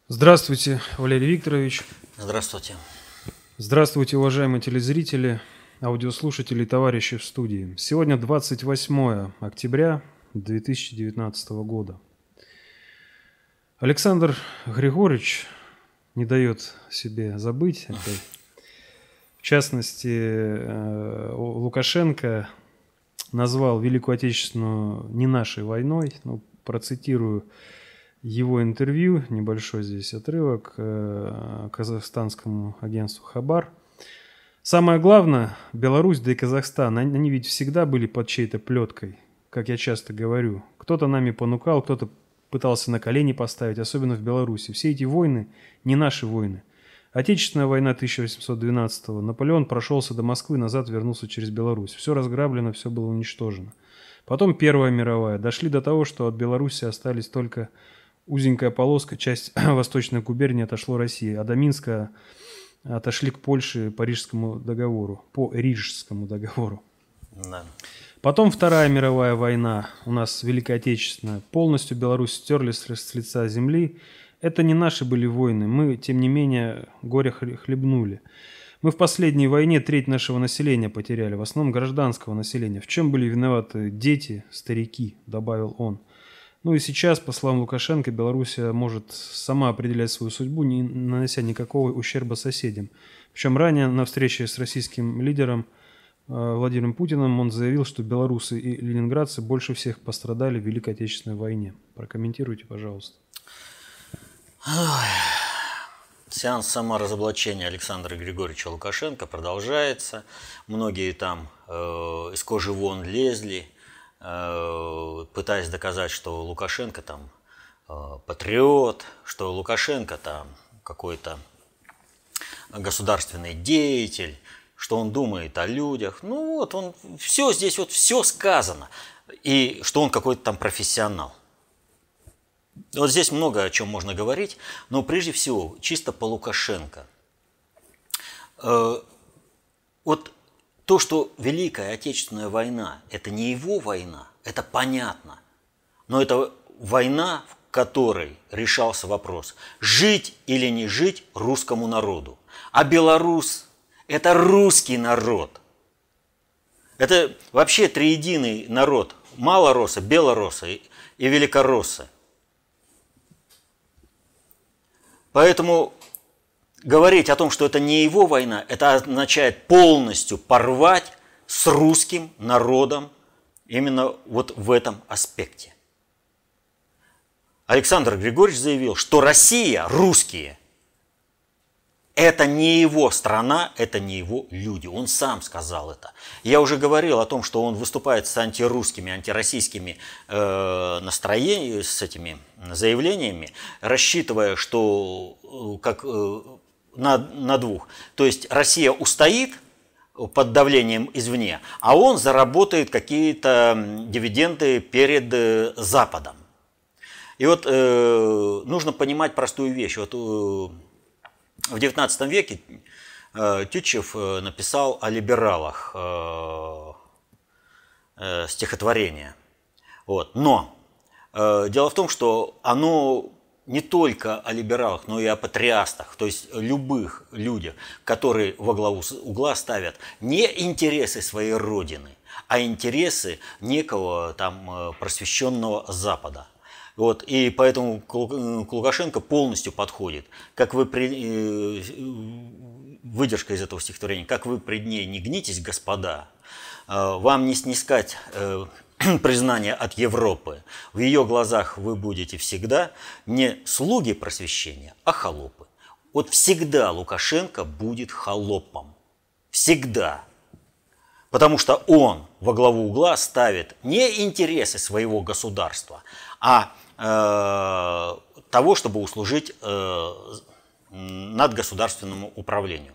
Здравствуйте, Валерий Викторович. Здравствуйте. Здравствуйте, уважаемые телезрители, аудиослушатели и товарищи в студии. Сегодня 28 октября 2019 года. Александр Григорьевич не дает себе забыть опять. В частности, Лукашенко назвал Великую Отечественную не нашей войной. Процитирую его интервью, небольшой здесь отрывок, казахстанскому агентству «Хабар». Самое главное, Беларусь, да и Казахстан, они ведь всегда были под чьей-то плеткой, как я часто говорю. Кто-то нами понукал, кто-то пытался на колени поставить, особенно в Беларуси. Все эти войны не наши войны. Отечественная война 1812-го. Наполеон прошелся до Москвы, назад вернулся через Беларусь. Все разграблено, все было уничтожено. Потом Первая мировая. Дошли до того, что от Беларуси остались только узенькая полоска, часть Восточной губернии отошло России, а до Минска отошли к Польше по Рижскому договору. Да. Потом Вторая мировая война, у нас Великая Отечественная. Полностью Беларусь стерли с лица земли. Это не наши были войны. Мы, тем не менее, горе хлебнули. Мы в последней войне треть нашего населения потеряли, в основном гражданского населения. В чем были виноваты дети, старики, добавил он. И сейчас, по словам Лукашенко, Белоруссия может сама определять свою судьбу, не нанося никакого ущерба соседям. Причем ранее на встрече с российским лидером Владимиром Путиным он заявил, что белорусы и ленинградцы больше всех пострадали в Великой Отечественной войне. Прокомментируйте, пожалуйста. Сеанс саморазоблачения Александра Григорьевича Лукашенко продолжается. Многие там из кожи вон лезли, пытаясь доказать, что Лукашенко там патриот, что Лукашенко там какой-то государственный деятель, что он думает о людях. Он все здесь все сказано. И что он какой-то там профессионал. Вот здесь много о чем можно говорить, но прежде всего чисто по Лукашенко. Вот то, что Великая Отечественная война – это не его война, это понятно. Но это война, в которой решался вопрос, жить или не жить русскому народу. А белорус – это русский народ. Это вообще триединый народ – малороссы, белороссы и великороссы. Поэтому говорить о том, что это не его война, это означает полностью порвать с русским народом именно вот в этом аспекте. Александр Григорьевич заявил, что Россия, русские, это не его страна, это не его люди. Он сам сказал это. Я уже говорил о том, что он выступает с антирусскими, антироссийскими настроениями, с этими заявлениями, рассчитывая, что как на двух. То есть Россия устоит под давлением извне, а он заработает какие-то дивиденды перед Западом. И вот нужно понимать простую вещь. Вот в XIX веке Тютчев написал о либералах стихотворение. Но дело в том, что оно не только о либералах, но и о патриастах, то есть любых людях, которые во главу угла ставят не интересы своей родины, а интересы некого там просвещенного Запада. И поэтому к Лукашенко полностью подходит. Выдержка из этого стихотворения. Как вы пред ней не гнитесь, господа, вам не снискать признание от Европы. В ее глазах вы будете всегда не слуги просвещения, а холопы. Вот всегда Лукашенко будет холопом. Всегда. Потому что он во главу угла ставит не интересы своего государства, а того, чтобы услужить надгосударственному управлению.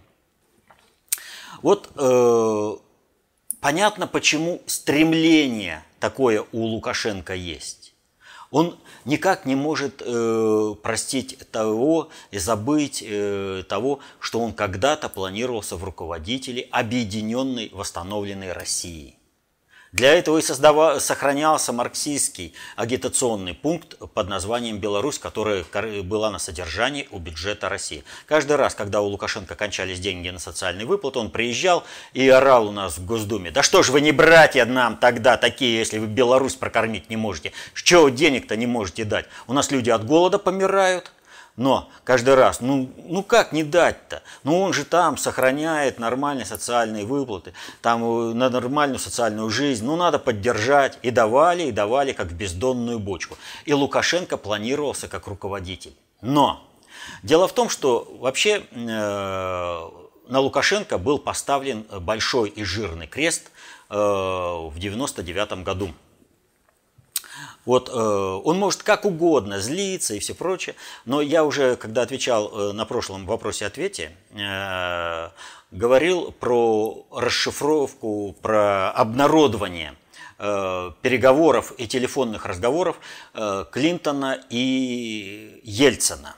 Понятно, почему стремление такое у Лукашенко есть. Он никак не может простить того и забыть того, что он когда-то планировался в руководители объединенной, восстановленной России. Для этого и сохранялся марксистский агитационный пункт под названием «Беларусь», которая была на содержании у бюджета России. Каждый раз, когда у Лукашенко кончались деньги на социальные выплаты, он приезжал и орал у нас в Госдуме: «Да что ж вы не братья нам тогда такие, если вы Беларусь прокормить не можете? Чего денег-то не можете дать? У нас люди от голода помирают». Но каждый раз, ну как не дать-то? Ну он же там сохраняет нормальные социальные выплаты, там на нормальную социальную жизнь, ну надо поддержать. И давали, как в бездонную бочку. И Лукашенко планировался как руководитель. Но дело в том, что вообще на Лукашенко был поставлен большой и жирный крест в 1999 году. Вот он может как угодно злиться и все прочее, но я уже, когда отвечал на прошлом вопросе-ответе, говорил про расшифровку, про обнародование переговоров и телефонных разговоров Клинтона и Ельцина.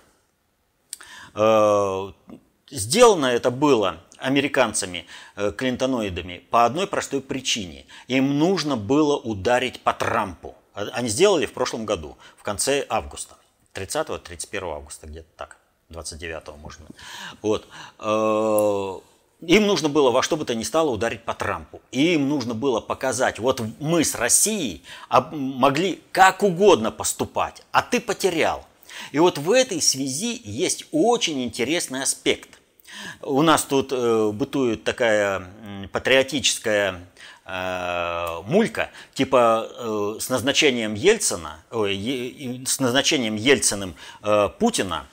Сделано это было американцами, клинтоноидами, по одной простой причине. Им нужно было ударить по Трампу. Они сделали в прошлом году, в конце августа, 30-31 августа, где-то так, 29-го, может быть. Вот. Им нужно было во что бы то ни стало ударить по Трампу. И им нужно было показать: вот мы с Россией могли как угодно поступать, а ты потерял. И вот в этой связи есть очень интересный аспект. У нас тут бытует такая патриотическая мулька, типа с назначением Ельциным Путина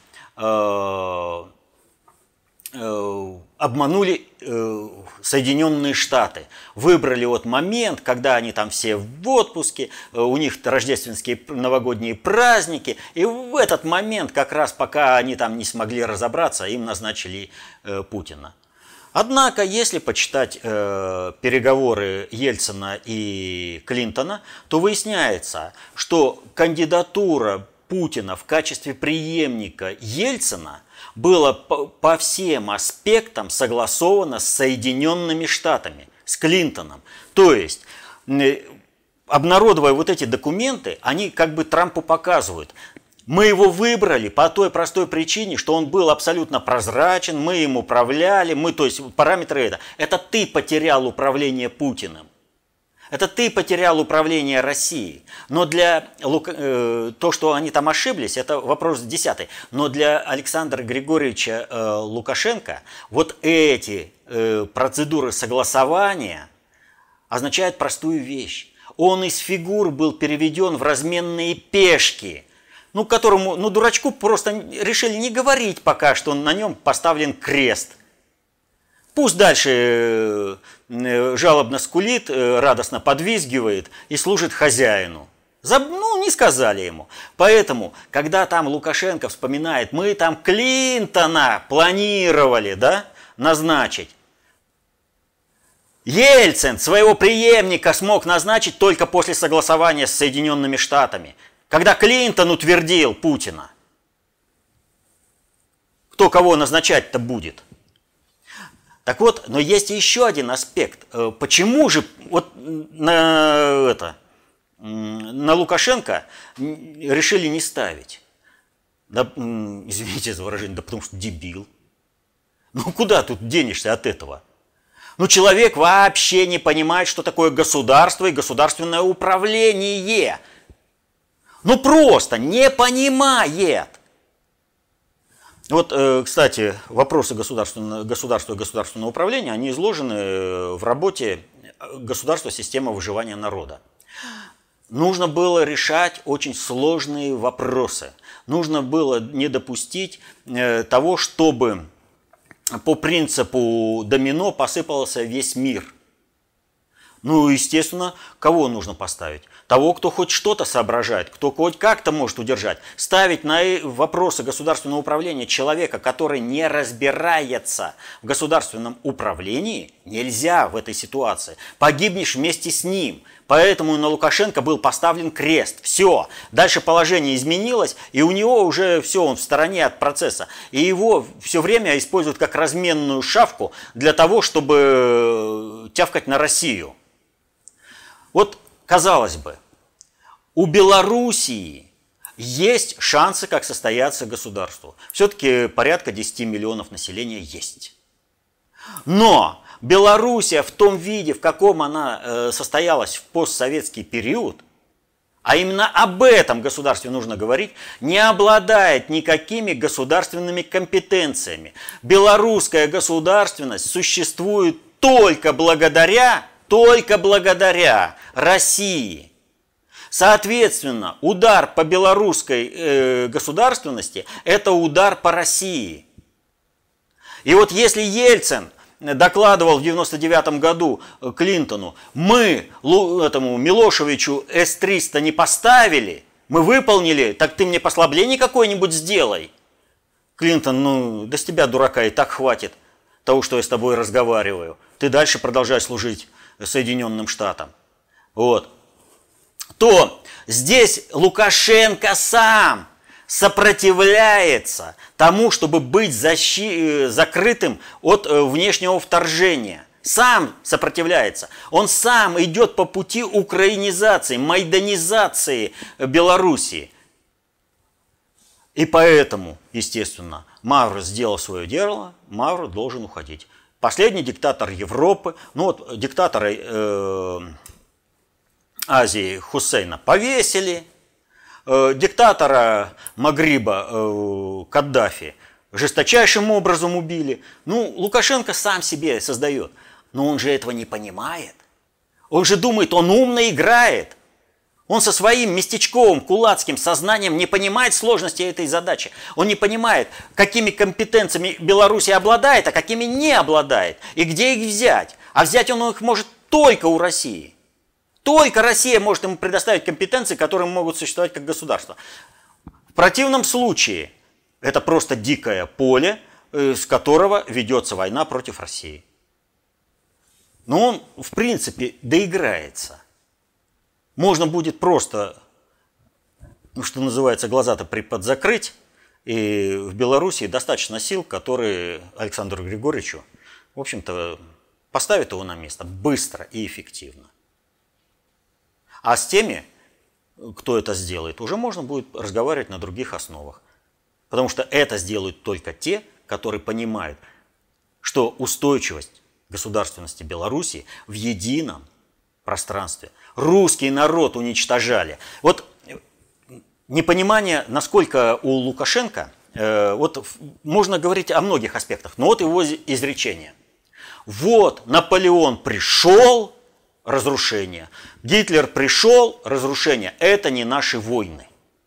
обманули Соединенные Штаты. Выбрали вот момент, когда они там все в отпуске, у них рождественские новогодние праздники, и в этот момент, как раз пока они там не смогли разобраться, им назначили Путина. Однако, если почитать переговоры Ельцина и Клинтона, то выясняется, что кандидатура Путина в качестве преемника Ельцина была по всем аспектам согласована с Соединенными Штатами, с Клинтоном. То есть, обнародовая вот эти документы, они как бы Трампу показывают: мы его выбрали по той простой причине, что он был абсолютно прозрачен, мы им управляли, то есть параметры это ты потерял управление Путиным. Это ты потерял управление Россией. Но то, что они там ошиблись, это вопрос 10. Но для Александра Григорьевича Лукашенко вот эти процедуры согласования означают простую вещь. Он из фигур был переведен в разменные пешки, которому, дурачку просто решили не говорить пока, что на нем поставлен крест. Пусть дальше жалобно скулит, радостно подвизгивает и служит хозяину. Не сказали ему. Поэтому, когда там Лукашенко вспоминает: мы там Клинтона планировали, назначить. Ельцин своего преемника смог назначить только после согласования с Соединенными Штатами, когда Клинтон утвердил Путина. Кто кого назначать-то будет? Так вот, но есть еще один аспект. Почему же на Лукашенко решили не ставить? Извините за выражение, потому что дебил. Куда тут денешься от этого? Человек вообще не понимает, что такое государство и государственное управление. Просто не понимает. Вот, кстати, вопросы государства и государственного управления, они изложены в работе «Государство. Система выживания народа». Нужно было решать очень сложные вопросы. Нужно было не допустить того, чтобы по принципу домино посыпался весь мир. Естественно, кого нужно поставить? Того, кто хоть что-то соображает, кто хоть как-то может удержать. Ставить на вопросы государственного управления человека, который не разбирается в государственном управлении, нельзя в этой ситуации. Погибнешь вместе с ним. Поэтому на Лукашенко был поставлен крест. Все. Дальше положение изменилось, и у него уже все, он в стороне от процесса. И его все время используют как разменную шавку для того, чтобы тявкать на Россию. Вот, казалось бы, у Белоруссии есть шансы, как состояться государству. Все-таки порядка 10 миллионов населения есть. Но Белоруссия в том виде, в каком она состоялась в постсоветский период, а именно об этом государстве нужно говорить, не обладает никакими государственными компетенциями. Белорусская государственность существует только благодаря России. Соответственно, удар по белорусской государственности – это удар по России. И вот если Ельцин докладывал в 1999 году Клинтону: мы этому Милошевичу С-300 не поставили, мы выполнили, так ты мне послабление какое-нибудь сделай. Клинтон: да с тебя, дурака, и так хватит того, что я с тобой разговариваю. Ты дальше продолжай служить Соединенным Штатам. Вот. То здесь Лукашенко сам сопротивляется тому, чтобы быть закрытым от внешнего вторжения. Сам сопротивляется. Он сам идет по пути украинизации, майданизации Белоруссии. И поэтому, естественно, Мавро сделал свое дело, Мавро должен уходить. Последний диктатор Европы, диктатора Азии Хусейна повесили, диктатора Магриба Каддафи жесточайшим образом убили. Лукашенко сам себе создает. Но он же этого не понимает. Он же думает, он умно играет. Он со своим местечковым кулацким сознанием не понимает сложности этой задачи. Он не понимает, какими компетенциями Беларусь обладает, а какими не обладает. И где их взять. А взять он их может только у России. Только Россия может ему предоставить компетенции, которые могут существовать как государство. В противном случае это просто дикое поле, с которого ведется война против России. Но он, в принципе, доиграется. Можно будет просто, что называется, глаза-то приподзакрыть, и в Белоруссии достаточно сил, которые Александру Григорьевичу, в общем-то, поставят его на место быстро и эффективно. А с теми, кто это сделает, уже можно будет разговаривать на других основах. Потому что это сделают только те, которые понимают, что устойчивость государственности Беларуси в едином пространстве. Русский народ уничтожали. Вот непонимание, насколько у Лукашенко, можно говорить о многих аспектах, но вот его изречение. Вот Наполеон пришел, разрушение. Гитлер пришел, разрушение. Это не наши войны.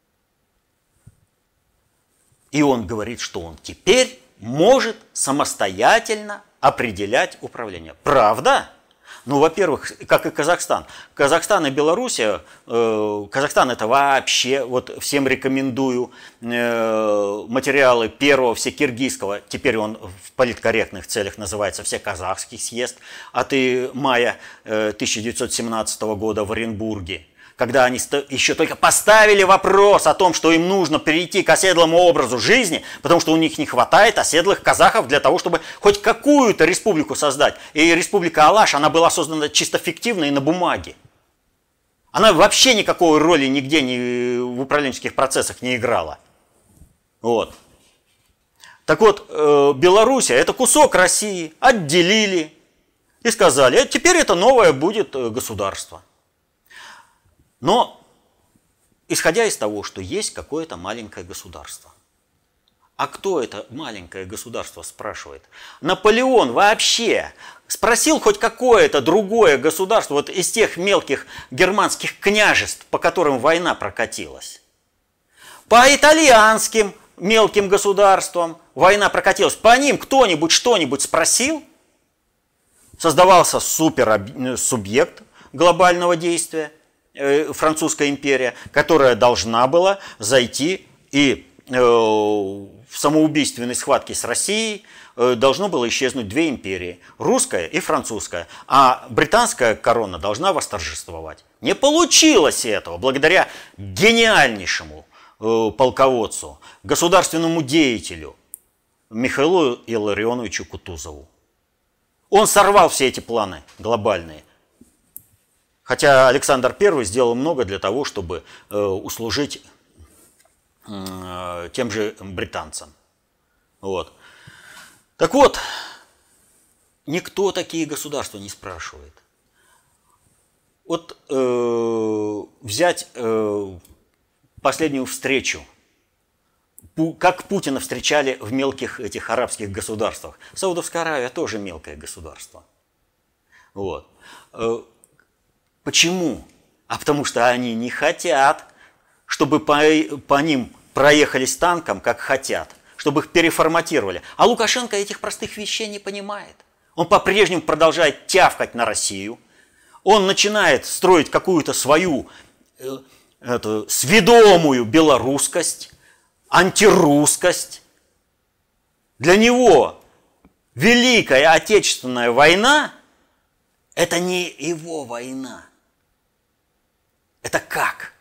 И он говорит, что он теперь может самостоятельно определять управление. Правда? Во-первых, как и Казахстан. Казахстан и Белоруссия, Казахстан это вообще, всем рекомендую материалы первого всекиргизского, теперь он в политкорректных целях называется Всеказахский съезд, от мая 1917 года в Оренбурге. Когда они еще только поставили вопрос о том, что им нужно перейти к оседлому образу жизни, потому что у них не хватает оседлых казахов для того, чтобы хоть какую-то республику создать. И республика Алаш, она была создана чисто фиктивно и на бумаге. Она вообще никакой роли нигде в управленческих процессах не играла. Вот. Так вот, Белоруссия – это кусок России, отделили и сказали, теперь это новое будет государство. Но, исходя из того, что есть какое-то маленькое государство. А кто это маленькое государство, спрашивает? Наполеон вообще спросил хоть какое-то другое государство, из тех мелких германских княжеств, по которым война прокатилась. По итальянским мелким государствам война прокатилась. По ним кто-нибудь что-нибудь спросил? Создавался суперсубъект глобального действия. Французская империя, которая должна была зайти и в самоубийственной схватке с Россией должно было исчезнуть две империи, русская и французская, а британская корона должна восторжествовать. Не получилось этого благодаря гениальнейшему полководцу, государственному деятелю Михаилу Илларионовичу Кутузову. Он сорвал все эти планы глобальные. Хотя Александр I сделал много для того, чтобы услужить тем же британцам. Вот. Так вот, никто такие государства не спрашивает. Вот взять последнюю встречу, как Путина встречали в мелких этих арабских государствах. Саудовская Аравия тоже мелкое государство. Вот. Почему? А потому что они не хотят, чтобы по ним проехались танком, как хотят, чтобы их переформатировали. А Лукашенко этих простых вещей не понимает. Он по-прежнему продолжает тявкать на Россию. Он начинает строить какую-то свою сведомую белорусскость, антирусскость. Для него Великая Отечественная война – это не его война. Это как?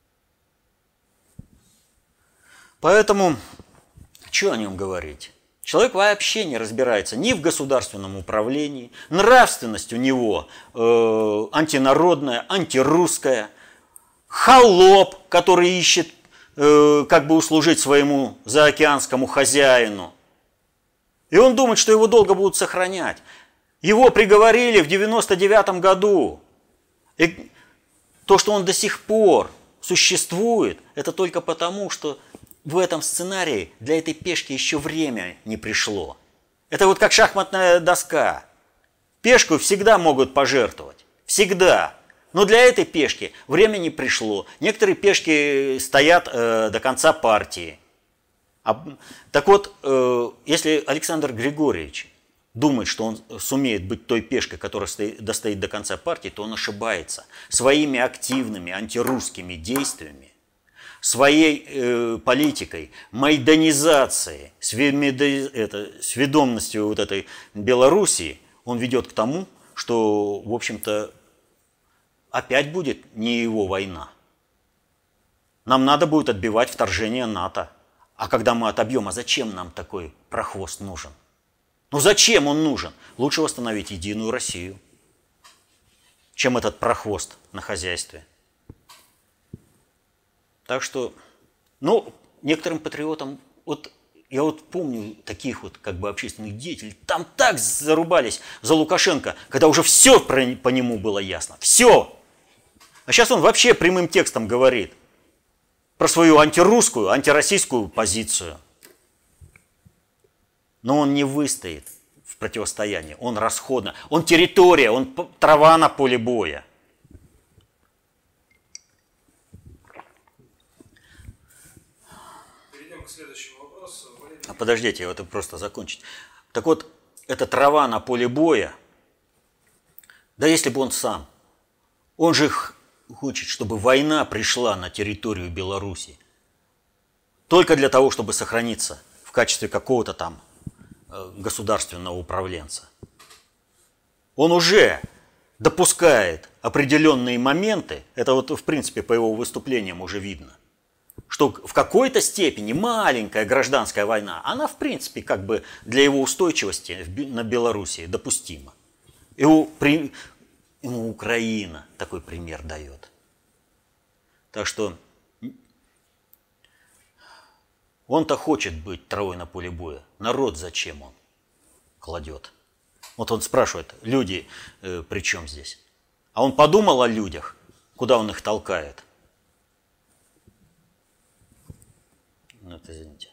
Поэтому, что о нем говорить? Человек вообще не разбирается ни в государственном управлении, нравственность у него антинародная, антирусская, холоп, который ищет, как бы услужить своему заокеанскому хозяину. И он думает, что его долго будут сохранять. Его приговорили в 99 году. И то, что он до сих пор существует, это только потому, что в этом сценарии для этой пешки еще время не пришло. Это вот как шахматная доска. Пешку всегда могут пожертвовать. Всегда. Но для этой пешки время не пришло. Некоторые пешки стоят до конца партии. Так вот, если Александр Григорьевич думает, что он сумеет быть той пешкой, которая достоит до конца партии, то он ошибается. Своими активными антирусскими действиями, своей политикой, майданизацией, сведомостью вот этой Белоруссии, он ведет к тому, что, в общем-то, опять будет не его война. Нам надо будет отбивать вторжение НАТО. А когда мы отобьем, а зачем нам такой прохвост нужен? Ну зачем он нужен? Лучше восстановить единую Россию, чем этот прохвост на хозяйстве. Так что, ну, некоторым патриотам, вот я вот помню таких вот как бы общественных деятелей, там так зарубались за Лукашенко, когда уже все по нему было ясно. Все. А сейчас он вообще прямым текстом говорит про свою антирусскую, антироссийскую позицию. Но он не выстоит в противостоянии, он расходно, он территория, он трава на поле боя. Перейдем к следующему вопросу. Подождите, вот просто закончить. Так вот, эта трава на поле боя, да если бы он сам, он же хочет, чтобы война пришла на территорию Беларуси только для того, чтобы сохраниться в качестве какого-то там государственного управленца. Он уже допускает определенные моменты, это вот в принципе по его выступлениям уже видно, что в какой-то степени маленькая гражданская война, она в принципе как бы для его устойчивости на Белоруссии допустима. Ему Украина такой пример дает. Так что он-то хочет быть травой на поле боя. Народ зачем он кладет? Вот он спрашивает, люди при чем здесь? А он подумал о людях, куда он их толкает? Ну, это извините.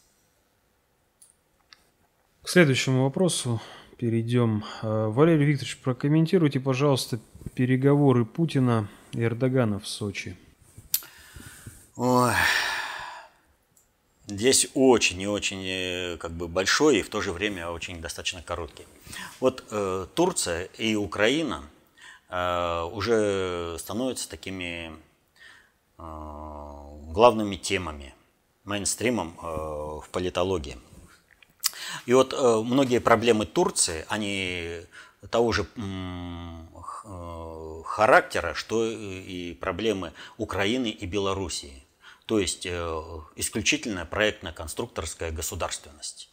К следующему вопросу перейдем. Валерий Викторович, прокомментируйте, пожалуйста, переговоры Путина и Эрдогана в Сочи. Ой. Здесь очень и очень как бы большой и в то же время очень достаточно короткий. Вот Турция и Украина уже становятся такими главными темами, мейнстримом в политологии. И вот многие проблемы Турции, они того же характера, что и проблемы Украины и Белоруссии. То есть исключительно проектно-конструкторская государственность.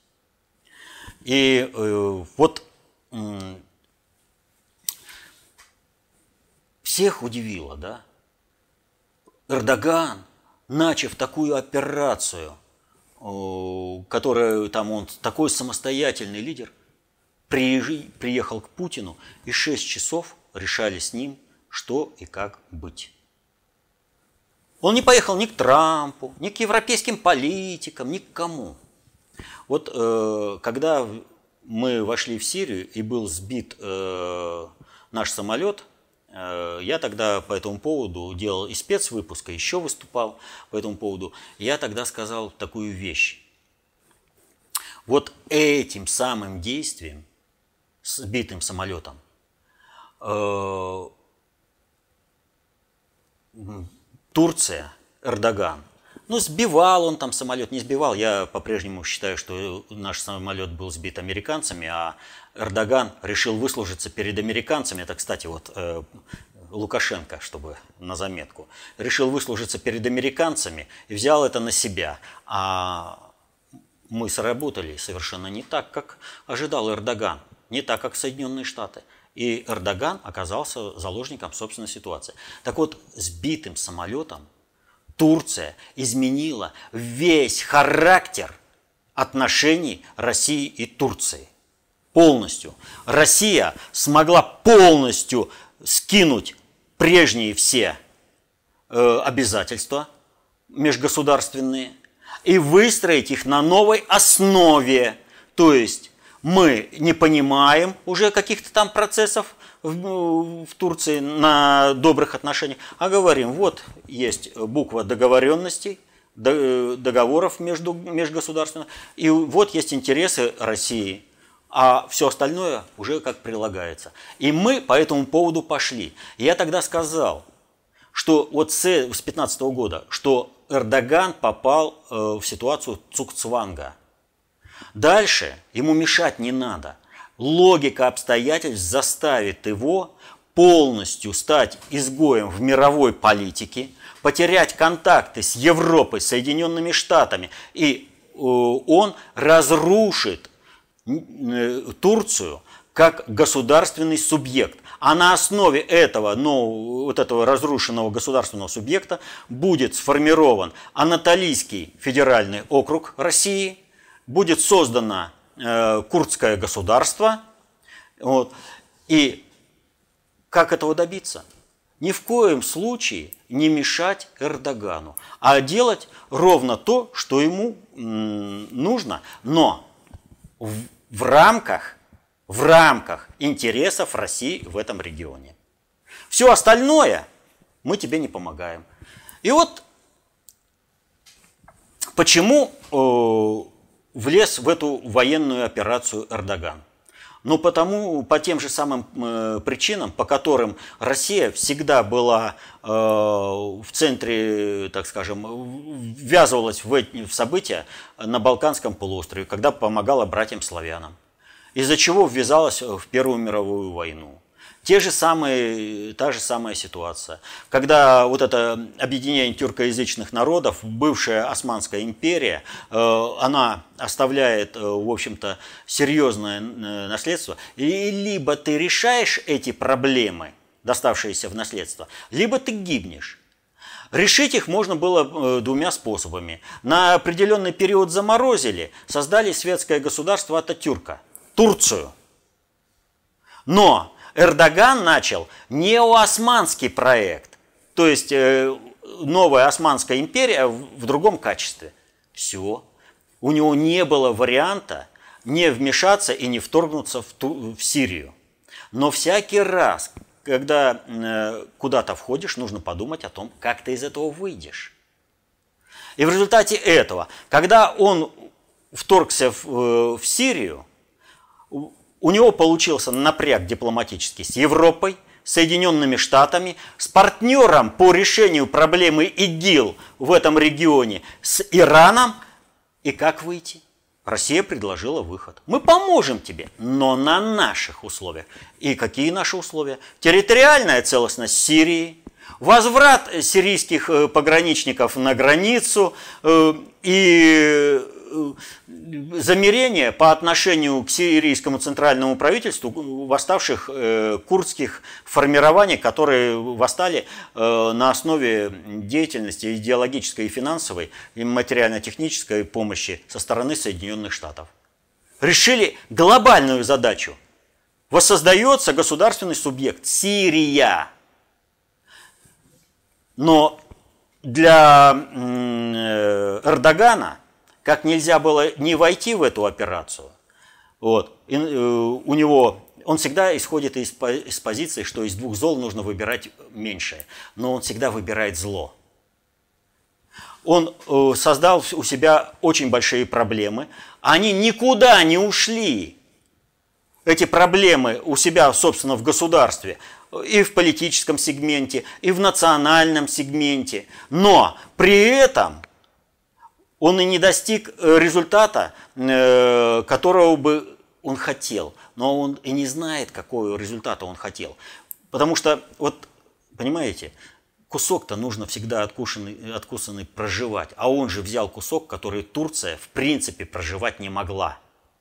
И вот всех удивило, да? Эрдоган, начав такую операцию, которая там он такой самостоятельный лидер, приехал к Путину и 6 часов решали с ним, что и как быть. Он не поехал ни к Трампу, ни к европейским политикам, ни к кому. Вот когда мы вошли в Сирию и был сбит наш самолет, я тогда по этому поводу делал и спецвыпуск, и еще выступал по этому поводу. Я тогда сказал такую вещь. Вот этим самым действием, сбитым самолетом, Турция, Эрдоган, сбивал он там самолет, не сбивал. Я по-прежнему считаю, что наш самолет был сбит американцами, а Эрдоган решил выслужиться перед американцами. Это, кстати, вот Лукашенко, чтобы на заметку, решил выслужиться перед американцами и взял это на себя. А мы сработали совершенно не так, как ожидал Эрдоган, не так, как Соединенные Штаты. И Эрдоган оказался заложником собственной ситуации. Так вот, сбитым самолетом Турция изменила весь характер отношений России и Турции. Полностью. Россия смогла полностью скинуть прежние все обязательства межгосударственные и выстроить их на новой основе. То есть мы не понимаем уже каких-то там процессов в Турции на добрых отношениях, а говорим, вот есть буква договоренностей, договоров межгосударственных, и вот есть интересы России, а все остальное уже как прилагается. И мы по этому поводу пошли. Я тогда сказал, что вот с 2015 года, что Эрдоган попал в ситуацию цугцванга. Дальше ему мешать не надо. Логика обстоятельств заставит его полностью стать изгоем в мировой политике, потерять контакты с Европой, Соединенными Штатами, и он разрушит Турцию как государственный субъект. А на основе этого, вот этого разрушенного государственного субъекта будет сформирован Анатолийский федеральный округ России, будет создано курдское государство. Вот. И как этого добиться? Ни в коем случае не мешать Эрдогану, а делать ровно то, что ему нужно, но в рамках интересов России в этом регионе. Все остальное мы тебе не помогаем. И вот почему влез в эту военную операцию Эрдоган? По тем же самым причинам, по которым Россия всегда была в центре, так скажем, ввязывалась в события на Балканском полуострове, когда помогала братьям-славянам, из-за чего ввязалась в Первую мировую войну. Та же самая ситуация. Когда вот это объединение тюркоязычных народов, бывшая Османская империя, она оставляет, в общем-то, серьезное наследство. И либо ты решаешь эти проблемы, доставшиеся в наследство, либо ты гибнешь. Решить их можно было двумя способами. На определенный период заморозили, создали светское государство Ататюрка, Турцию. Но Эрдоган начал неоосманский проект, то есть новая Османская империя в другом качестве. Все. У него не было варианта не вмешаться и не вторгнуться в Сирию. Но всякий раз, когда куда-то входишь, нужно подумать о том, как ты из этого выйдешь. И в результате этого, когда он вторгся в Сирию, у него получился напряг дипломатический с Европой, Соединенными Штатами, с партнером по решению проблемы ИГИЛ в этом регионе, с Ираном. И как выйти? Россия предложила выход. Мы поможем тебе, но на наших условиях. И какие наши условия? Территориальная целостность Сирии, возврат сирийских пограничников на границу и замерение по отношению к сирийскому центральному правительству восставших курдских формирований, которые восстали на основе деятельности идеологической и финансовой, и материально-технической помощи со стороны Соединенных Штатов. Решили глобальную задачу. Воссоздается государственный субъект Сирия. Но для Эрдогана как нельзя было не войти в эту операцию. Вот. И, у него, он всегда исходит из позиции, что из двух зол нужно выбирать меньшее. Но он всегда выбирает зло. Он создал у себя очень большие проблемы. Они никуда не ушли. Эти проблемы у себя, собственно, в государстве. И в политическом сегменте, и в национальном сегменте. Но при этом он и не достиг результата, которого бы он хотел. Но он и не знает, какого результата он хотел. Потому что, вот, понимаете, кусок-то нужно всегда откусанный проживать. А он же взял кусок, который Турция в принципе проживать не могла.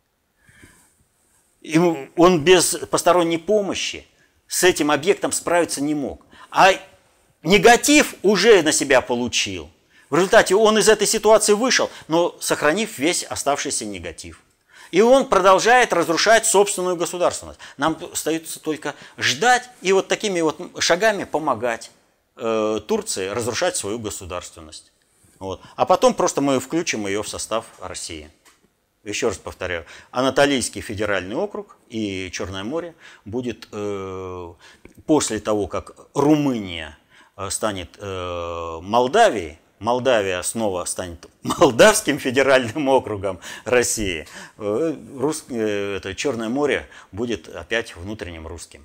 И он без посторонней помощи с этим объектом справиться не мог. А негатив уже на себя получил. В результате он из этой ситуации вышел, но сохранив весь оставшийся негатив. И он продолжает разрушать собственную государственность. Нам остается только ждать и вот такими вот шагами помогать Турции разрушать свою государственность. Вот. А потом просто мы включим ее в состав России. Еще раз повторяю, Анатолийский федеральный округ и Черное море будет после того, как Румыния станет Молдавией, Молдавия снова станет Молдавским федеральным округом России, это Черное море будет опять внутренним русским.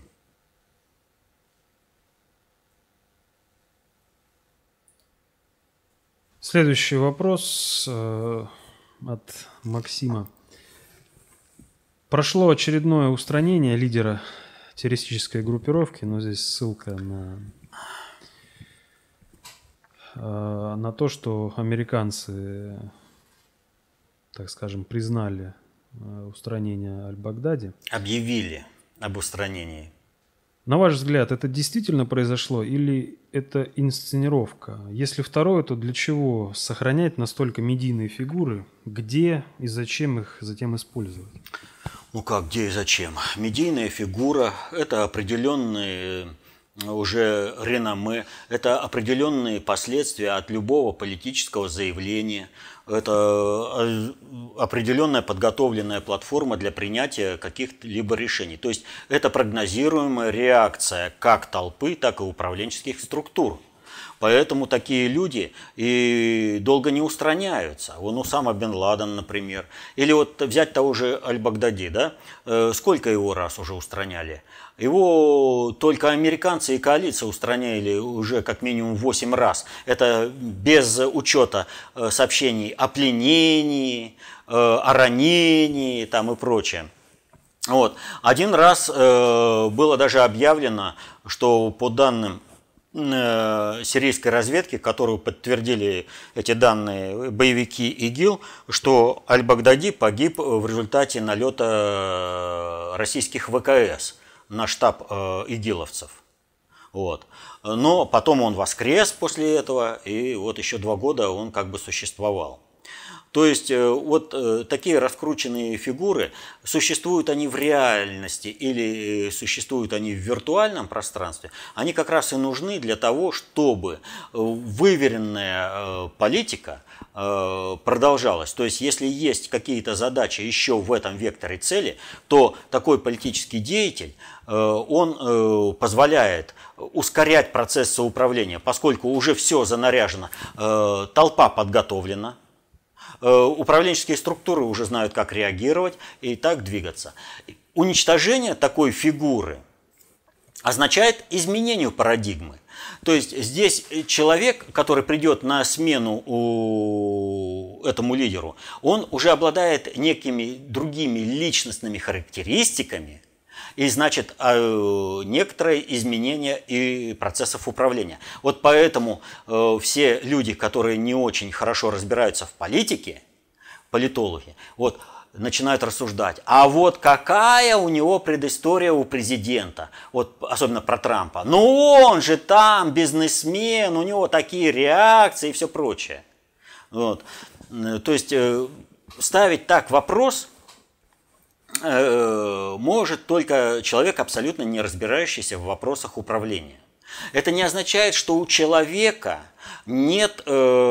Следующий вопрос от Максима. Прошло очередное устранение лидера террористической группировки, но здесь ссылка на то, что американцы, так скажем, признали устранение Аль-Багдади. Объявили об устранении. На ваш взгляд, это действительно произошло или это инсценировка? Если второе, то для чего сохранять настолько медийные фигуры? Где и зачем их затем использовать? Ну как, где и зачем? Медийная фигура – это определенные уже реноме, это определенные последствия от любого политического заявления. Это определенная подготовленная платформа для принятия каких-либо решений. То есть это прогнозируемая реакция как толпы, так и управленческих структур. Поэтому такие люди и долго не устраняются. Вон Усама бен Ладен, например. Или вот взять того же Аль-Багдади, да? Сколько его раз уже устраняли? Его только американцы и коалиция устраняли уже как минимум 8 раз. Это без учета сообщений о пленении, о ранении там и прочее. Вот. Один раз было даже объявлено, что по данным сирийской разведки, которую подтвердили эти данные боевики ИГИЛ, что Аль-Багдади погиб в результате налета российских ВКС на штаб игиловцев. Вот. Но потом он воскрес после этого, и вот еще 2 года он как бы существовал. То есть вот такие раскрученные фигуры, существуют они в реальности или существуют они в виртуальном пространстве, они как раз и нужны для того, чтобы выверенная политика продолжалась. То есть если есть какие-то задачи еще в этом векторе цели, то такой политический деятель, он позволяет ускорять процессы управления, поскольку уже все занаряжено, толпа подготовлена, управленческие структуры уже знают, как реагировать и так двигаться. Уничтожение такой фигуры означает изменение парадигмы. То есть здесь человек, который придет на смену этому лидеру, он уже обладает некими другими личностными характеристиками, и значит некоторые изменения и процессов управления. Вот поэтому все люди, которые не очень хорошо разбираются в политике, политологи, вот, начинают рассуждать, а вот какая у него предыстория у президента, вот особенно про Трампа. Ну он же там бизнесмен, у него такие реакции и все прочее. Вот. То есть ставить так вопрос может только человек, абсолютно не разбирающийся в вопросах управления. Это не означает, что у человека нет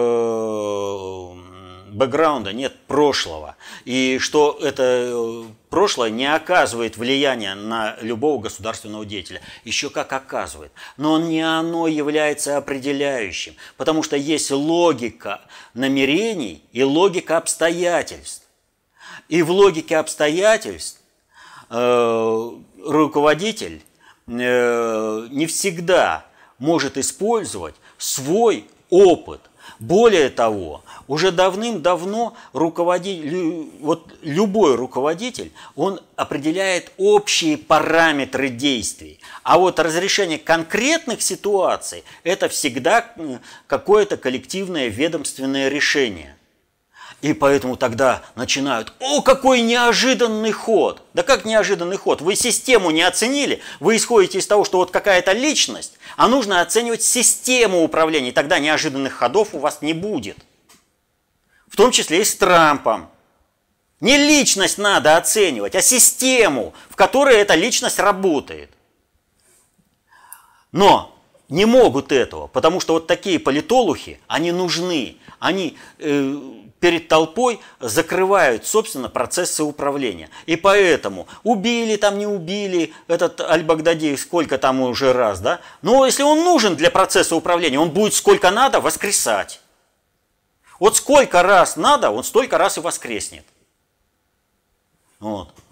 бэкграунда, нет прошлого, и что это прошлое не оказывает влияния на любого государственного деятеля. Еще как оказывает. Но не оно является определяющим, потому что есть логика намерений и логика обстоятельств. И в логике обстоятельств руководитель не всегда может использовать свой опыт. Более того, уже давным-давно любой руководитель, он определяет общие параметры действий. А вот разрешение конкретных ситуаций – это всегда какое-то коллективное ведомственное решение. И поэтому тогда начинают: о, какой неожиданный ход! Да как неожиданный ход? Вы систему не оценили, вы исходите из того, что вот какая-то личность, а нужно оценивать систему управления, и тогда неожиданных ходов у вас не будет. В том числе и с Трампом. Не личность надо оценивать, а систему, в которой эта личность работает. Но не могут этого, потому что вот такие политологи, они нужны, они перед толпой закрывают, собственно, процессы управления. И поэтому убили там, не убили этот Аль-Багдади сколько там уже раз, да? Но если он нужен для процесса управления, он будет сколько надо воскресать. Вот сколько раз надо, он столько раз и воскреснет. Вот.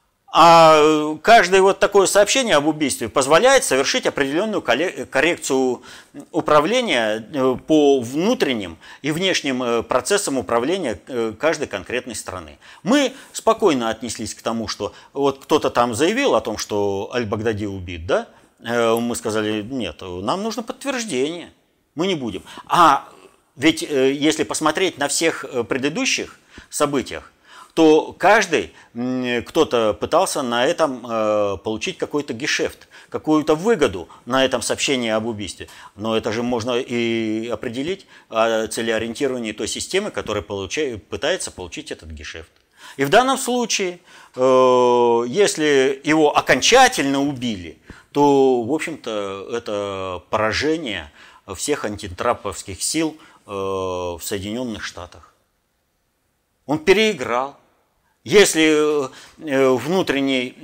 А каждое вот такое сообщение об убийстве позволяет совершить определенную коррекцию управления по внутренним и внешним процессам управления каждой конкретной страны. Мы спокойно отнеслись к тому, что вот кто-то там заявил о том, что Аль-Багдади убит, да? Мы сказали: нет, нам нужно подтверждение, мы не будем. А ведь если посмотреть на всех предыдущих событиях, то каждый, кто-то пытался на этом получить какой-то гешефт, какую-то выгоду на этом сообщении об убийстве. Но это же можно и определить о целеориентировании той системы, которая пытается получить этот гешефт. И в данном случае, если его окончательно убили, то, в общем-то, это поражение всех антитрамповских сил в Соединенных Штатах. Он переиграл. Если внутренней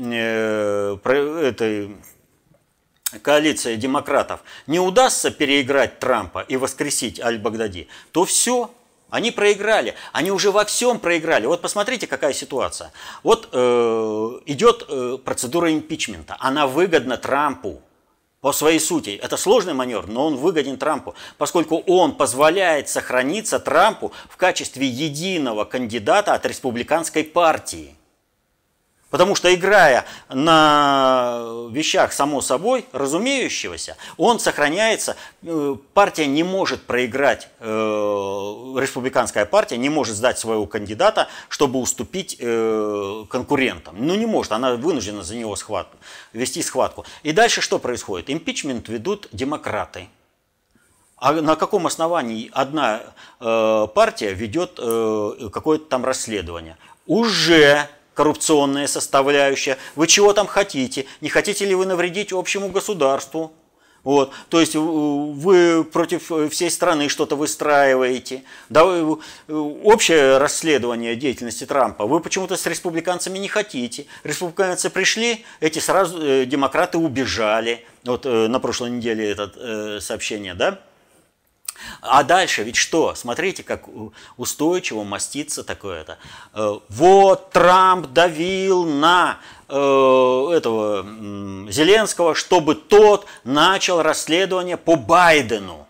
этой коалиции демократов не удастся переиграть Трампа и воскресить Аль-Багдади, то все, они проиграли. Они уже во всем проиграли. Вот посмотрите, какая ситуация. Вот идет процедура импичмента. Она выгодна Трампу. По своей сути, это сложный маневр, но он выгоден Трампу, поскольку он позволяет сохраниться Трампу в качестве единого кандидата от республиканской партии. Потому что, играя на вещах само собой разумеющегося, он сохраняется, партия не может проиграть, республиканская партия не может сдать своего кандидата, чтобы уступить конкурентам. Ну не может, она вынуждена за него вести схватку. И дальше что происходит? Импичмент ведут демократы. А на каком основании одна партия ведет какое-то там расследование? Уже коррупционная составляющая. Вы чего там хотите? Не хотите ли вы навредить общему государству? Вот. То есть вы против всей страны что-то выстраиваете. Да, общее расследование деятельности Трампа вы почему-то с республиканцами не хотите. Республиканцы пришли, эти сразу демократы убежали. Вот на прошлой неделе это сообщение, да? А дальше ведь что? Смотрите, как устойчиво мастится такое-то. Вот Трамп давил на этого Зеленского, чтобы тот начал расследование по Байдену.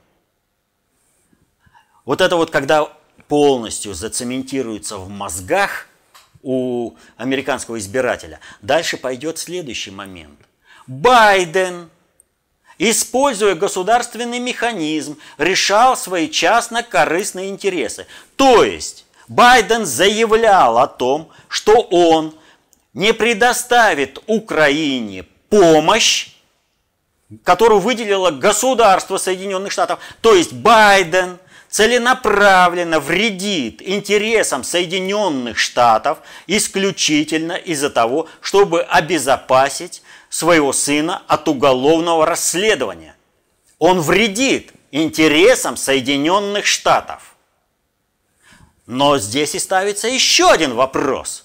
Вот это вот, когда полностью зацементируется в мозгах у американского избирателя, дальше пойдет следующий момент. Байден, используя государственный механизм, решал свои частно-корыстные интересы. То есть Байден заявлял о том, что он не предоставит Украине помощь, которую выделило государство Соединенных Штатов. То есть Байден целенаправленно вредит интересам Соединенных Штатов исключительно из-за того, чтобы обезопасить своего сына от уголовного расследования. Он вредит интересам Соединенных Штатов. Но здесь и ставится еще один вопрос.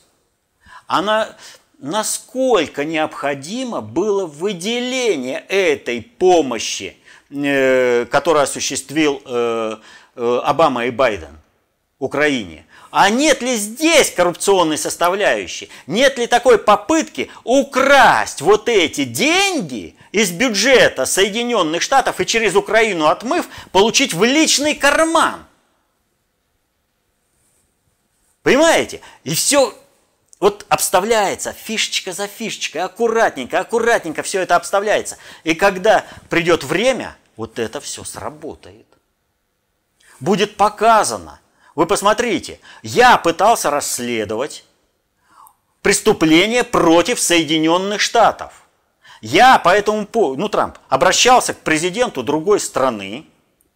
Насколько необходимо было выделение этой помощи, которую осуществил Обама и Байден Украине? А нет ли здесь коррупционной составляющей? Нет ли такой попытки украсть вот эти деньги из бюджета Соединенных Штатов и через Украину отмыв, получить в личный карман? Понимаете? И все вот обставляется фишечка за фишечкой, аккуратненько, аккуратненько все это обставляется. И когда придет время, вот это все сработает. Будет показано. Вы посмотрите, я пытался расследовать преступление против Соединенных Штатов. Я по этому поводу, Трамп обращался к президенту другой страны.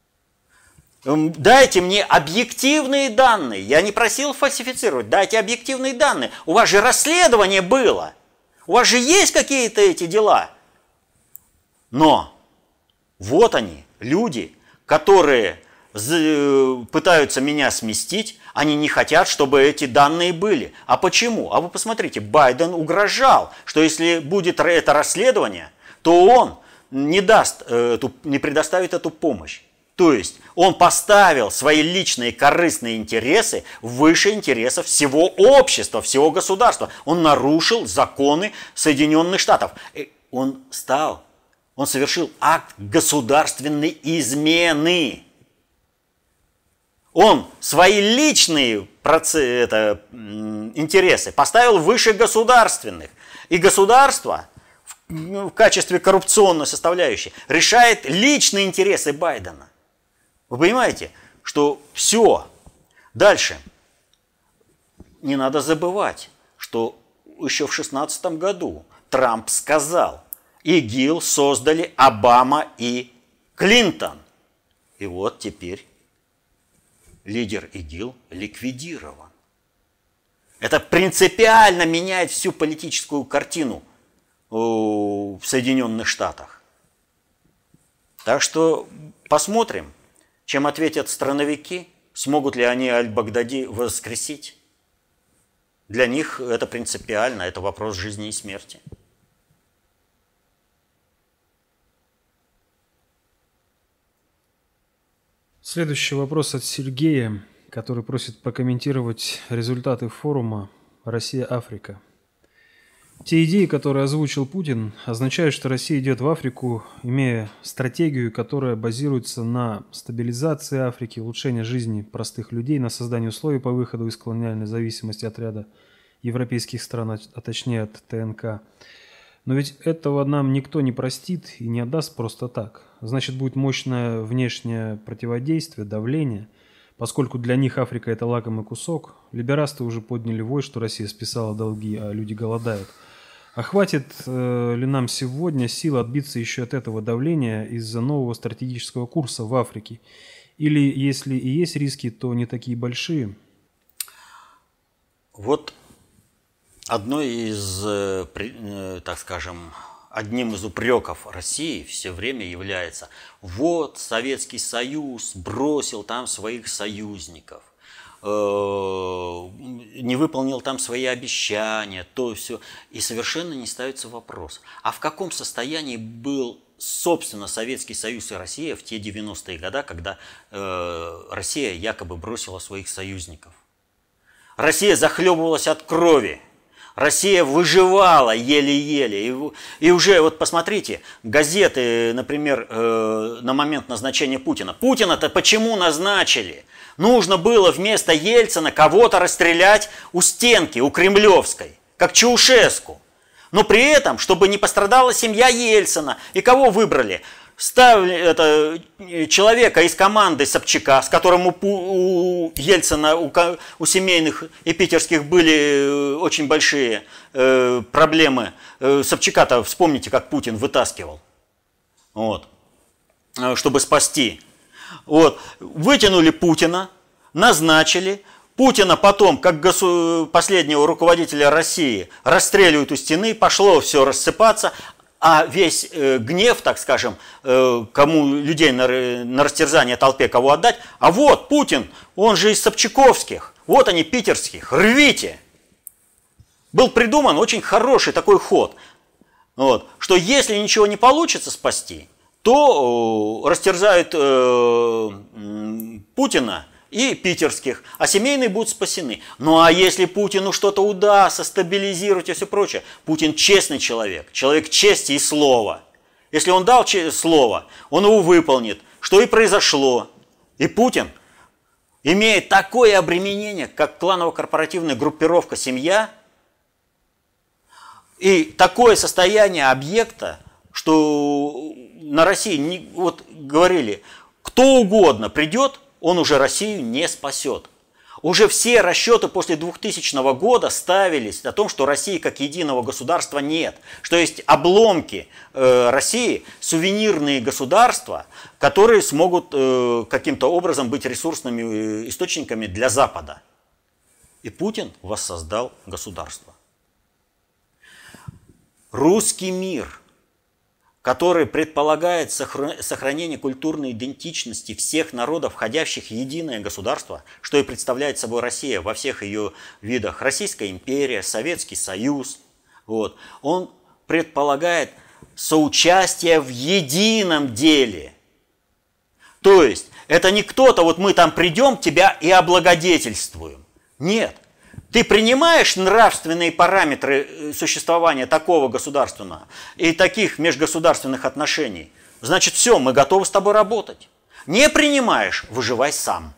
Дайте мне объективные данные. Я не просил фальсифицировать. Дайте объективные данные. У вас же расследование было. У вас же есть какие-то эти дела. Но вот они, люди, которые пытаются меня сместить, они не хотят, чтобы эти данные были. А почему? А вы посмотрите, Байден угрожал, что если будет это расследование, то он не предоставит эту помощь. То есть он поставил свои личные корыстные интересы выше интересов всего общества, всего государства. Он нарушил законы Соединенных Штатов. Он совершил акт государственной измены. Он свои личные интересы поставил выше государственных. И государство в качестве коррупционной составляющей решает личные интересы Байдена. Вы понимаете, что все. Дальше. Не надо забывать, что еще в 2016 году Трамп сказал, ИГИЛ создали Обама и Клинтон. И вот теперь лидер ИГИЛ ликвидирован. Это принципиально меняет всю политическую картину в Соединенных Штатах. Так что посмотрим, чем ответят страновики, смогут ли они Аль-Багдади воскресить. Для них это принципиально, это вопрос жизни и смерти. Следующий вопрос от Сергея, который просит прокомментировать результаты форума «Россия-Африка». Те идеи, которые озвучил Путин, означают, что Россия идет в Африку, имея стратегию, которая базируется на стабилизации Африки, улучшении жизни простых людей, на создании условий по выходу из колониальной зависимости от ряда европейских стран, а точнее от ТНК. Но ведь этого нам никто не простит и не отдаст просто так. Значит, будет мощное внешнее противодействие, давление. Поскольку для них Африка – это лакомый кусок, либерасты уже подняли вой, что Россия списала долги, а люди голодают. А хватит ли нам сегодня сил отбиться еще от этого давления из-за нового стратегического курса в Африке? Или если и есть риски, то не такие большие? Вот одной из, так скажем, одним из упреков России все время является: вот Советский Союз бросил там своих союзников, не выполнил там свои обещания, то все. И совершенно не ставится вопрос, а в каком состоянии был, собственно, Советский Союз и Россия в те 90-е годы, когда Россия якобы бросила своих союзников. Россия захлебывалась от крови. Россия выживала еле-еле. И уже, вот посмотрите, газеты, например, на момент назначения Путина. Путина-то почему назначили? Нужно было вместо Ельцина кого-то расстрелять у стенки, у Кремлевской, как Чаушеску. Но при этом, чтобы не пострадала семья Ельцина. И кого выбрали? ставили человека из команды Собчака, с которым у Ельцина, у семейных и питерских были очень большие проблемы. Собчака-то, вспомните, как Путин вытаскивал, вот, чтобы спасти. Вот, вытянули Путина, назначили. Путина потом, как последнего руководителя России, расстреливают у стены, пошло все рассыпаться, а весь гнев, так скажем, кому людей на растерзание толпе, кого отдать, а вот Путин, он же из собчаковских, вот они питерских, рвите. Был придуман очень хороший такой ход, вот, что если ничего не получится спасти, то растерзают Путина и питерских, а семейные будут спасены. Ну а если Путину что-то удастся стабилизировать и все прочее, Путин честный человек, человек чести и слова. Если он дал слово, он его выполнит, что и произошло. И Путин имеет такое обременение, как кланово-корпоративная группировка «Семья», и такое состояние объекта, что на России, вот говорили, кто угодно придет, он уже Россию не спасет. Уже все расчеты после 2000 года ставились о том, что России как единого государства нет. Что есть обломки России, сувенирные государства, которые смогут каким-то образом быть ресурсными источниками для Запада. И Путин воссоздал государство. Русский мир, который предполагает сохранение культурной идентичности всех народов, входящих в единое государство, что и представляет собой Россия во всех ее видах. Российская империя, Советский Союз. Вот. Он предполагает соучастие в едином деле. То есть, это не кто-то, вот мы там придем, тебя и облагодетельствуем. Нет. Ты принимаешь нравственные параметры существования такого государственного и таких межгосударственных отношений, значит, все, мы готовы с тобой работать. Не принимаешь, выживай сам.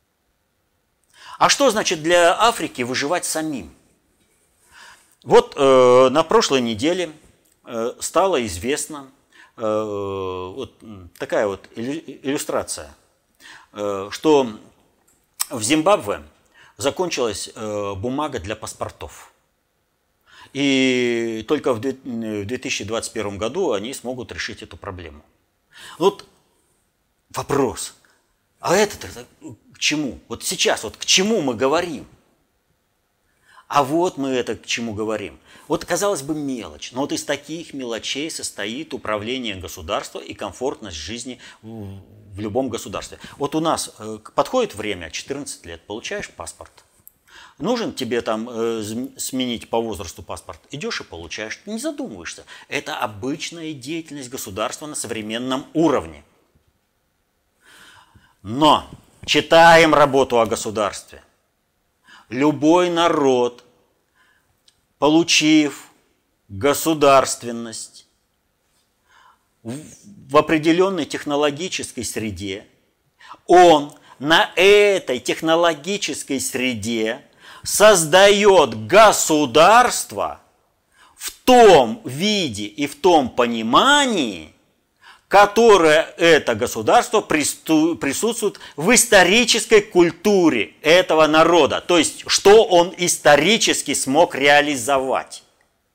А что значит для Африки выживать самим? Вот на прошлой неделе стало известно, вот такая вот иллюстрация, что в Зимбабве закончилась бумага для паспортов. И только в 2021 году они смогут решить эту проблему. Вот вопрос, а это-то к чему? Вот сейчас, вот к чему мы говорим? А вот мы это к чему говорим. Вот, казалось бы, мелочь, но вот из таких мелочей состоит управление государства и комфортность жизни в любом государстве. Вот у нас подходит время, 14 лет, получаешь паспорт. Нужен тебе там сменить по возрасту паспорт, идешь и получаешь, не задумываешься. Это обычная деятельность государства на современном уровне. Но читаем работу о государстве. Любой народ, получив государственность в определенной технологической среде, он на этой технологической среде создает государство в том виде и в том понимании, которое это государство присутствует в исторической культуре этого народа. То есть, что он исторически смог реализовать.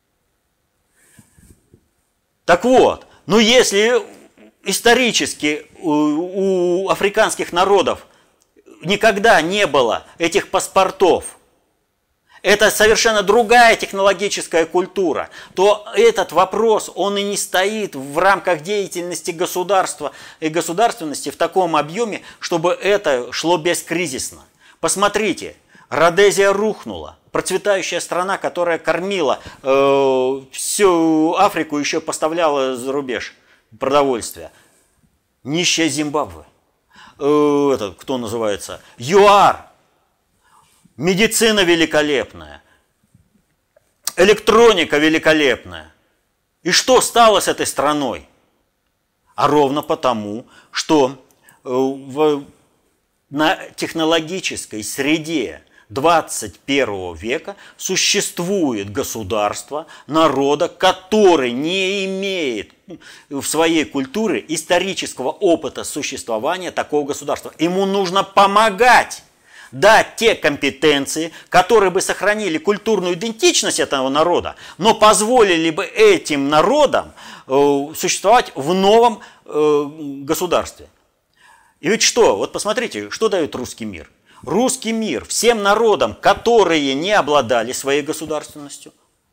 Так вот, ну если исторически у африканских народов никогда не было этих паспортов, это совершенно другая технологическая культура, то этот вопрос, он и не стоит в рамках деятельности государства и государственности в таком объеме, чтобы это шло бескризисно. Посмотрите, Родезия рухнула, процветающая страна, которая кормила всю Африку, еще поставляла за рубеж продовольствие. Нищая Зимбабве. Это кто называется? ЮАР. Медицина великолепная, электроника великолепная. И что стало с этой страной? А ровно потому, что на технологической среде 21 века существует государство народа, который не имеет в своей культуре исторического опыта существования такого государства. Ему нужно помогать, дать те компетенции, которые бы сохранили культурную идентичность этого народа, но позволили бы этим народам существовать в новом государстве. И ведь что? Вот посмотрите, что дает русский мир. Русский мир всем народам, которые не обладали своей государственностью,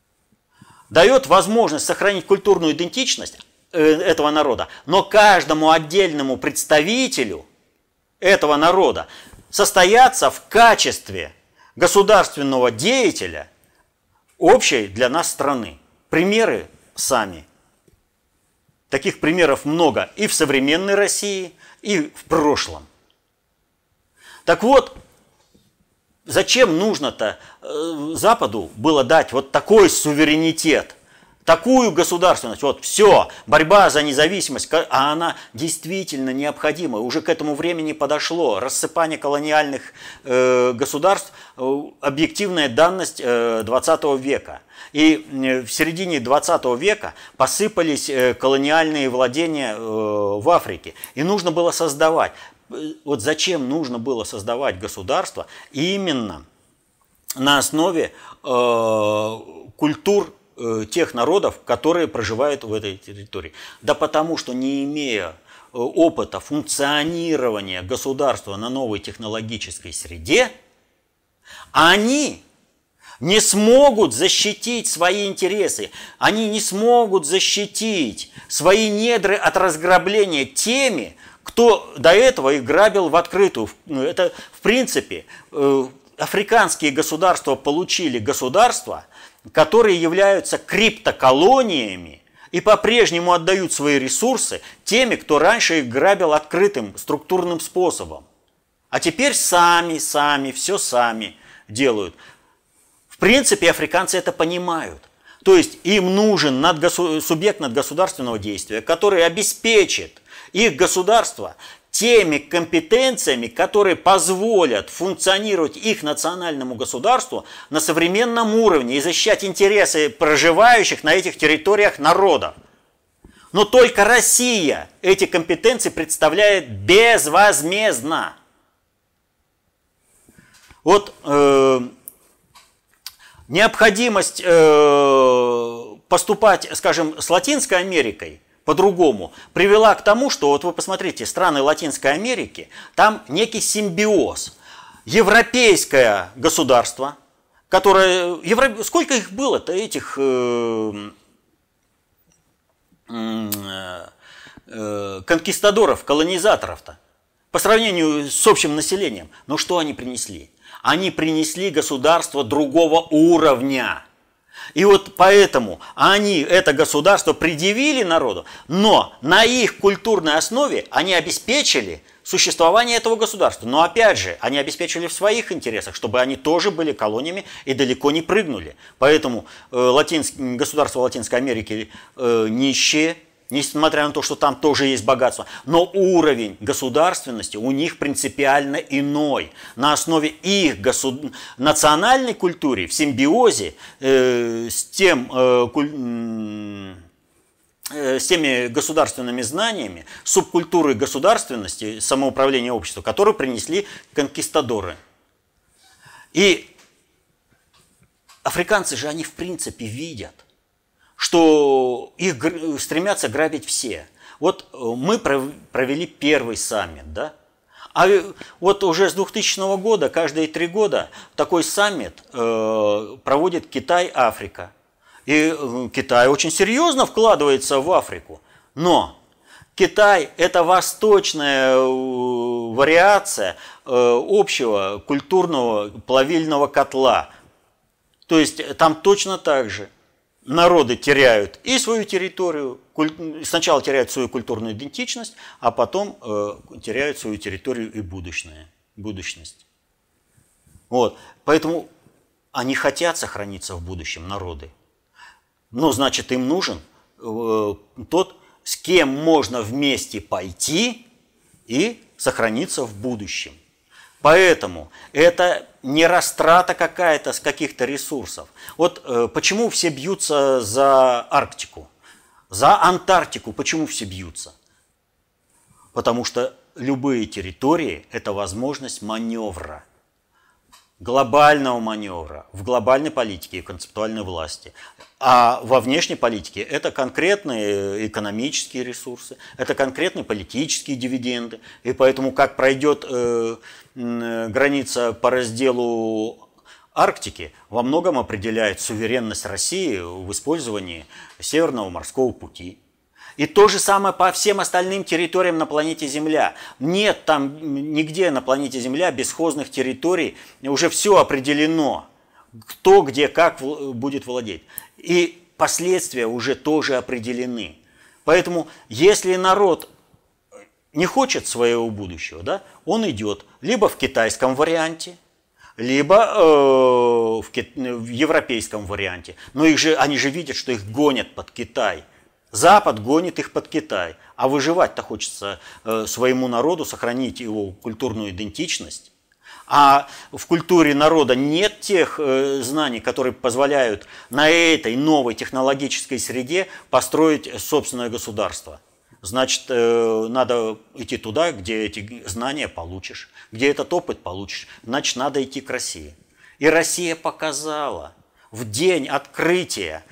дает возможность сохранить культурную идентичность этого народа, но каждому отдельному представителю этого народа состояться в качестве государственного деятеля общей для нас страны. Примеры сами. Таких примеров много и в современной России, и в прошлом. Так вот, зачем нужно-то Западу было дать вот такой суверенитет, такую государственность? Вот все, борьба за независимость, а она действительно необходима. Уже к этому времени подошло. Рассыпание колониальных государств – объективная данность 20 века. И в середине 20 века посыпались колониальные владения в Африке. И нужно было создавать. Вот зачем нужно было создавать государство именно на основе культур тех народов, которые проживают в этой территории? Да потому что, не имея опыта функционирования государства на новой технологической среде, они не смогут защитить свои интересы, они не смогут защитить свои недры от разграбления теми, кто до этого их грабил в открытую. Это, в принципе, африканские государства получили государства, которые являются криптоколониями и по-прежнему отдают свои ресурсы теми, кто раньше их грабил открытым структурным способом. А теперь сами, все сами делают. В принципе, африканцы это понимают. То есть им нужен субъект надгосударственного действия, который обеспечит их государство теми компетенциями, которые позволят функционировать их национальному государству на современном уровне и защищать интересы проживающих на этих территориях народов. Но только Россия эти компетенции представляет безвозмездно. Вот необходимость поступать, скажем, с Латинской Америкой по-другому привела к тому, что, вот вы посмотрите, страны Латинской Америки, там некий симбиоз. Европейское государство, которое... Сколько их было-то, этих конкистадоров, колонизаторов-то, по сравнению с общим населением? Но что они принесли? Они принесли государство другого уровня. И вот поэтому они это государство предъявили народу, но на их культурной основе они обеспечили существование этого государства. Но опять же, они обеспечили в своих интересах, чтобы они тоже были колониями и далеко не прыгнули. Поэтому государства Латинской Америки нищие, несмотря на то, что там тоже есть богатство, но уровень государственности у них принципиально иной. На основе их национальной культуры, в симбиозе с теми государственными знаниями, субкультурой государственности, самоуправления общества, которую принесли конкистадоры. И африканцы же, они в принципе видят, что их стремятся грабить все. Вот мы провели первый саммит, да? А вот уже с 2000 года, каждые 3 года такой саммит проводит Китай-Африка. И Китай очень серьезно вкладывается в Африку. Но Китай – это восточная вариация общего культурного плавильного котла. То есть там точно так же. Народы теряют и свою территорию, сначала теряют свою культурную идентичность, а потом теряют свою территорию и будущность. Вот. Поэтому они хотят сохраниться в будущем, народы. Но значит, им нужен тот, с кем можно вместе пойти и сохраниться в будущем. Поэтому это не растрата какая-то с каких-то ресурсов. Вот почему все бьются за Арктику, за Антарктику, почему все бьются? Потому что любые территории – это возможность маневра, глобального маневра в глобальной политике и концептуальной власти. А во внешней политике это конкретные экономические ресурсы, это конкретные политические дивиденды. И поэтому, как пройдет граница по разделу Арктики, во многом определяет суверенность России в использовании Северного морского пути. И то же самое по всем остальным территориям на планете Земля. Нет там нигде на планете Земля бесхозных территорий, уже все определено, кто, где, как будет владеть. И последствия уже тоже определены. Поэтому, если народ не хочет своего будущего, да, он идет либо в китайском варианте, либо в европейском варианте. Но они же видят, что их гонят под Китай. Запад гонит их под Китай. А выживать-то хочется своему народу, сохранить его культурную идентичность. А в культуре народа нет тех знаний, которые позволяют на этой новой технологической среде построить собственное государство. Значит, надо идти туда, где эти знания получишь, где этот опыт получишь. Значит, надо идти к России. И Россия показала в день открытия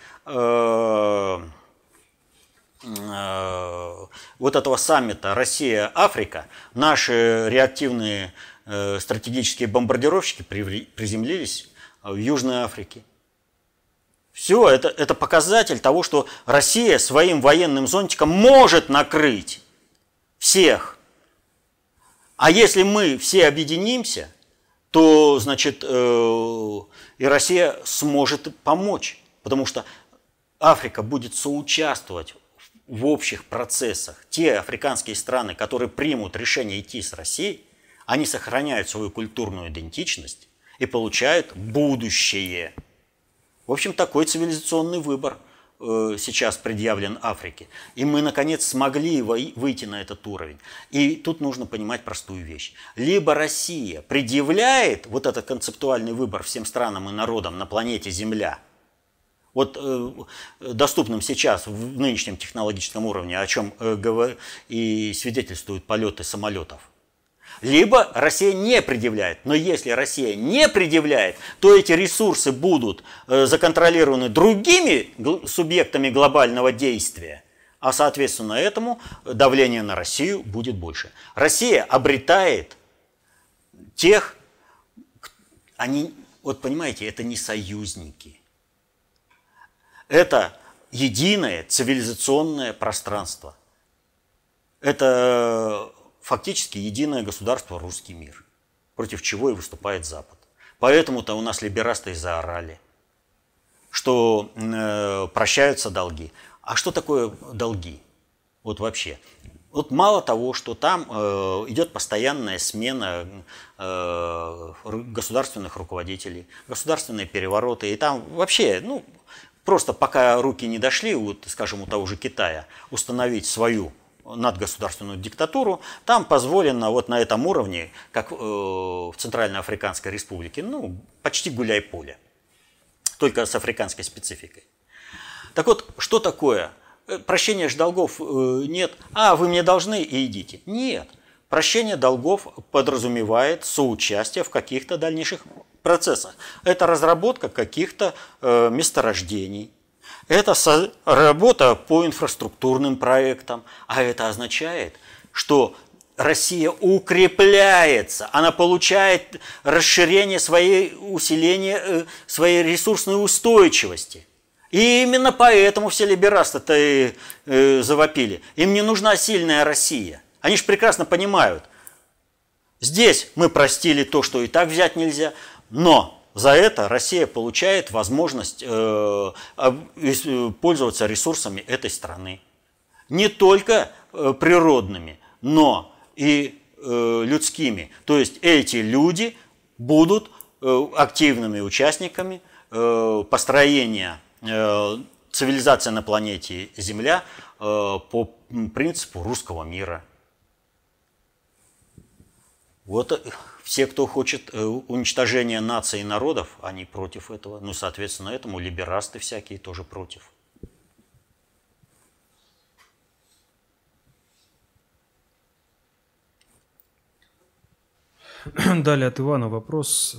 вот этого саммита Россия-Африка, наши реактивные стратегические бомбардировщики приземлились в Южной Африке. Все, это показатель того, что Россия своим военным зонтиком может накрыть всех. А если мы все объединимся, то, значит, и Россия сможет помочь, потому что Африка будет соучаствовать в общих процессах. Те африканские страны, которые примут решение идти с Россией, они сохраняют свою культурную идентичность и получают будущее. В общем, такой цивилизационный выбор сейчас предъявлен Африке. И мы, наконец, смогли выйти на этот уровень. И тут нужно понимать простую вещь. Либо Россия предъявляет вот этот концептуальный выбор всем странам и народам на планете Земля, вот доступным сейчас в нынешнем технологическом уровне, о чем и свидетельствуют полеты самолетов. Либо Россия не предъявляет. Но если Россия не предъявляет, то эти ресурсы будут законтролированы другими субъектами глобального действия. А соответственно этому давление на Россию будет больше. Россия обретает тех, вот понимаете, это не союзники. Это единое цивилизационное пространство. Это фактически единое государство русский мир, против чего и выступает Запад. Поэтому-то у нас либерасты и заорали, что прощаются долги. А что такое долги? Вот вообще. Вот мало того, что там идет постоянная смена государственных руководителей, государственные перевороты, и там вообще, просто пока руки не дошли, вот, скажем, у того же Китая, установить свою надгосударственную диктатуру, там позволено вот на этом уровне, как в Центральноафриканской Республике, почти гуляй-поле, только с африканской спецификой. Так вот, что такое? Прощения же долгов нет. Вы мне должны и идите. Нет. Прощение долгов подразумевает соучастие в каких-то дальнейших процессах. Это разработка каких-то месторождений. Это работа по инфраструктурным проектам. А это означает, что Россия укрепляется, она получает расширение усиление своей ресурсной устойчивости. И именно поэтому все либерасты-то и завопили. Им не нужна сильная Россия. Они же прекрасно понимают, здесь мы простили то, что и так взять нельзя, но за это Россия получает возможность пользоваться ресурсами этой страны. Не только природными, но и людскими. То есть эти люди будут активными участниками построения цивилизации на планете Земля по принципу русского мира. Вот все, кто хочет уничтожения наций и народов, они против этого. Ну, соответственно, этому либерасты всякие тоже против. Далее от Ивана вопрос.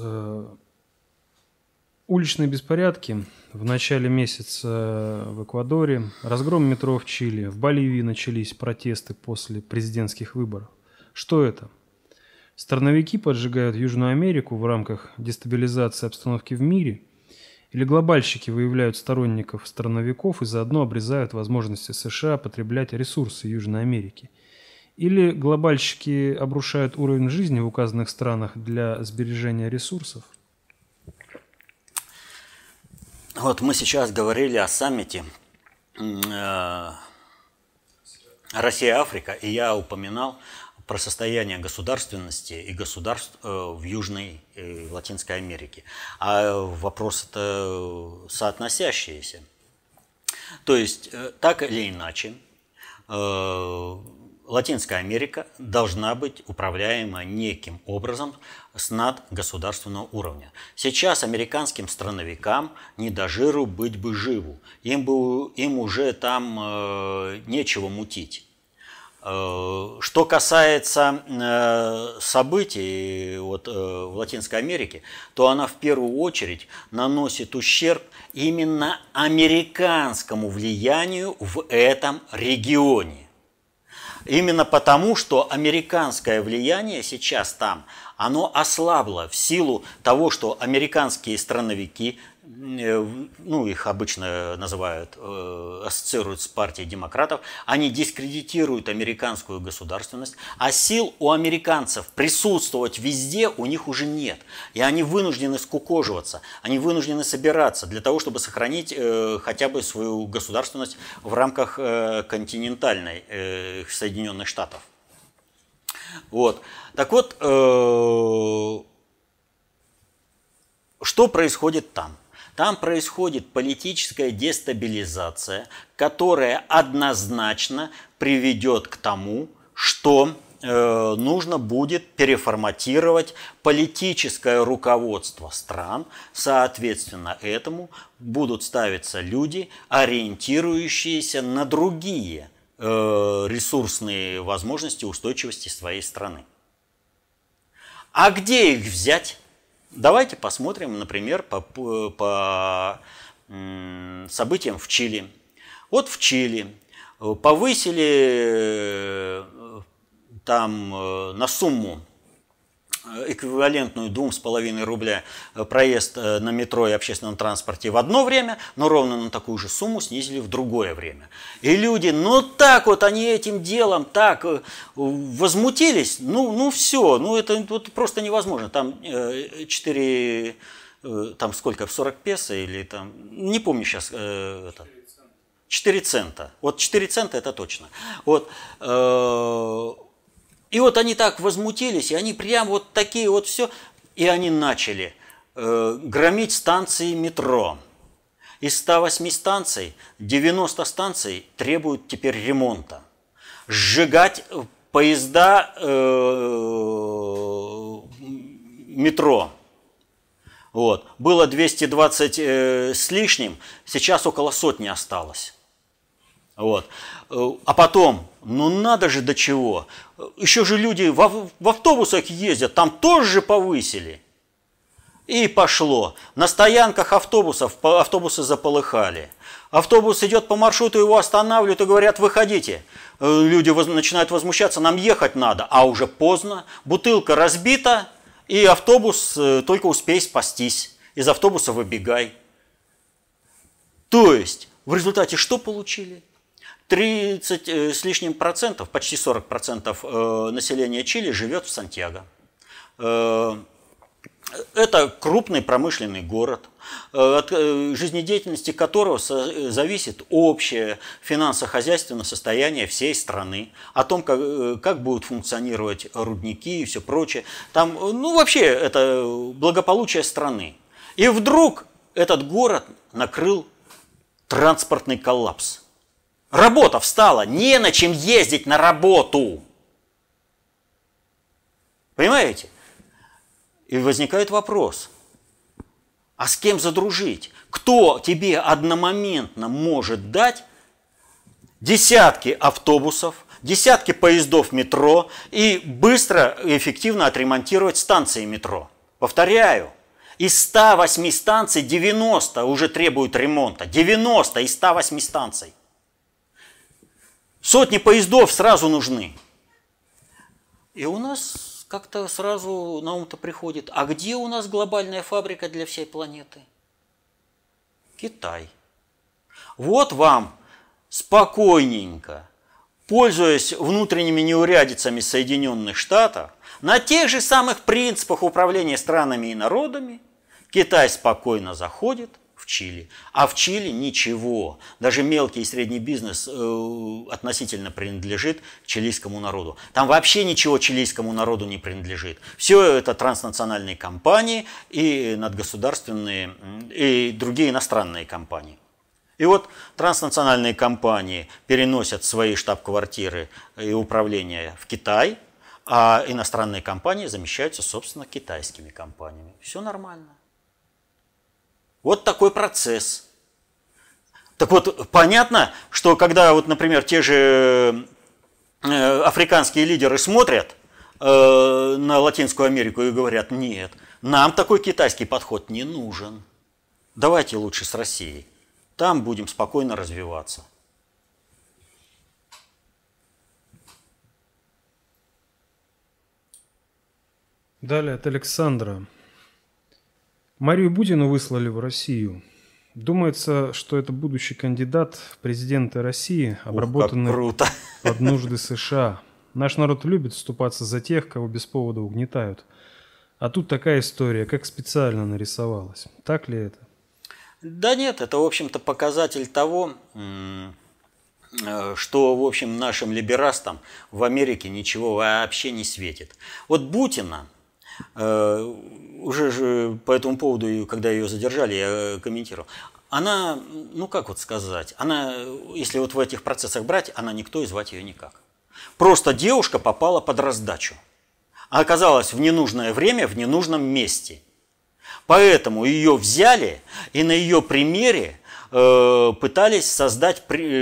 Уличные беспорядки в начале месяца в Эквадоре, разгром метро в Чили, в Боливии начались протесты после президентских выборов. Что это? Страновики поджигают Южную Америку в рамках дестабилизации обстановки в мире? Или глобальщики выявляют сторонников страновиков и заодно обрезают возможности США потреблять ресурсы Южной Америки? Или глобальщики обрушают уровень жизни в указанных странах для сбережения ресурсов? Вот мы сейчас говорили о саммите Россия-Африка, и я упоминал про состояние государственности и государств в Южной и Латинской Америке. А вопросы-то соотносящиеся. То есть, так или иначе, Латинская Америка должна быть управляема неким образом с надгосударственного уровня. Сейчас американским страновикам не до жиру быть бы живу. Им уже там нечего мутить. Что касается событий в Латинской Америке, то она в первую очередь наносит ущерб именно американскому влиянию в этом регионе. Именно потому, что американское влияние сейчас там, оно ослабло в силу того, что американские страновики, ну их обычно называют, ассоциируют с партией демократов, они дискредитируют американскую государственность, а сил у американцев присутствовать везде у них уже нет. И они вынуждены скукоживаться, они вынуждены собираться для того, чтобы сохранить хотя бы свою государственность в рамках континентальной Соединенных Штатов. Вот. Так вот, что происходит там? Там происходит политическая дестабилизация, которая однозначно приведет к тому, что нужно будет переформатировать политическое руководство стран. Соответственно, этому будут ставиться люди, ориентирующиеся на другие ресурсные возможности устойчивости своей страны. А где их взять? Давайте посмотрим, например, по событиям в Чили. Вот в Чили повысили там на сумму, эквивалентную 2,5 рубля проезд на метро и общественном транспорте в одно время, но ровно на такую же сумму снизили в другое время. И люди, так вот они этим делом так возмутились, все, это просто невозможно. Там 4, там сколько, 40 песо или там, не помню сейчас, 4 цента. Вот 4 цента это точно. Вот. И вот они так возмутились, и они прям вот такие вот все, и они начали громить станции метро. Из 108 станций 90 станций требуют теперь ремонта. Сжигать поезда метро. Вот. Было 220 с лишним, сейчас около сотни осталось. Вот. А потом, надо же до чего. Еще же люди в автобусах ездят, там тоже повысили. И пошло. На стоянках автобусы заполыхали. Автобус идет по маршруту, его останавливают и говорят: выходите. Люди начинают возмущаться, нам ехать надо. А уже поздно, бутылка разбита, и автобус только успей спастись. Из автобуса выбегай. То есть, в результате что получили? 30 с лишним процентов, почти 40% населения Чили живет в Сантьяго. Это крупный промышленный город, от жизнедеятельности которого зависит общее финансово-хозяйственное состояние всей страны, о том, как будут функционировать рудники и все прочее. Там, вообще, это благополучие страны. И вдруг этот город накрыл транспортный коллапс. Работа встала, не на чем ездить на работу. Понимаете? И возникает вопрос, а с кем задружить? Кто тебе одномоментно может дать десятки автобусов, десятки поездов метро и быстро и эффективно отремонтировать станции метро? Повторяю, из 108 станций 90 уже требуют ремонта. 90 из 108 станций. Сотни поездов сразу нужны. И у нас как-то сразу на ум-то приходит, а где у нас глобальная фабрика для всей планеты? Китай. Вот вам спокойненько, пользуясь внутренними неурядицами Соединенных Штатов, на тех же самых принципах управления странами и народами, Китай спокойно заходит в Чили. А в Чили ничего. Даже мелкий и средний бизнес относительно принадлежит чилийскому народу. Там вообще ничего чилийскому народу не принадлежит. Все это транснациональные компании и надгосударственные, и другие иностранные компании. И вот транснациональные компании переносят свои штаб-квартиры и управления в Китай, а иностранные компании замещаются, собственно, китайскими компаниями. Все нормально. Вот такой процесс. Так вот, понятно, что когда, вот, например, те же африканские лидеры смотрят на Латинскую Америку и говорят, нет, нам такой китайский подход не нужен. Давайте лучше с Россией. Там будем спокойно развиваться. Далее от Александра. Марию Бутину выслали в Россию. Думается, что это будущий кандидат в президенты России, обработанный под нужды США. Наш народ любит вступаться за тех, кого без повода угнетают. А тут такая история, как специально нарисовалась. Так ли это? Да нет, это, в общем-то, показатель того, что, в общем, нашим либерастам в Америке ничего вообще не светит. Вот Бутина, уже же по этому поводу, когда ее задержали, я комментировал, она, ну как вот сказать, она, если вот в этих процессах брать, она никто и звать ее никак. Просто девушка попала под раздачу, а оказалась в ненужное время, в ненужном месте. Поэтому ее взяли и на ее примере пытались создать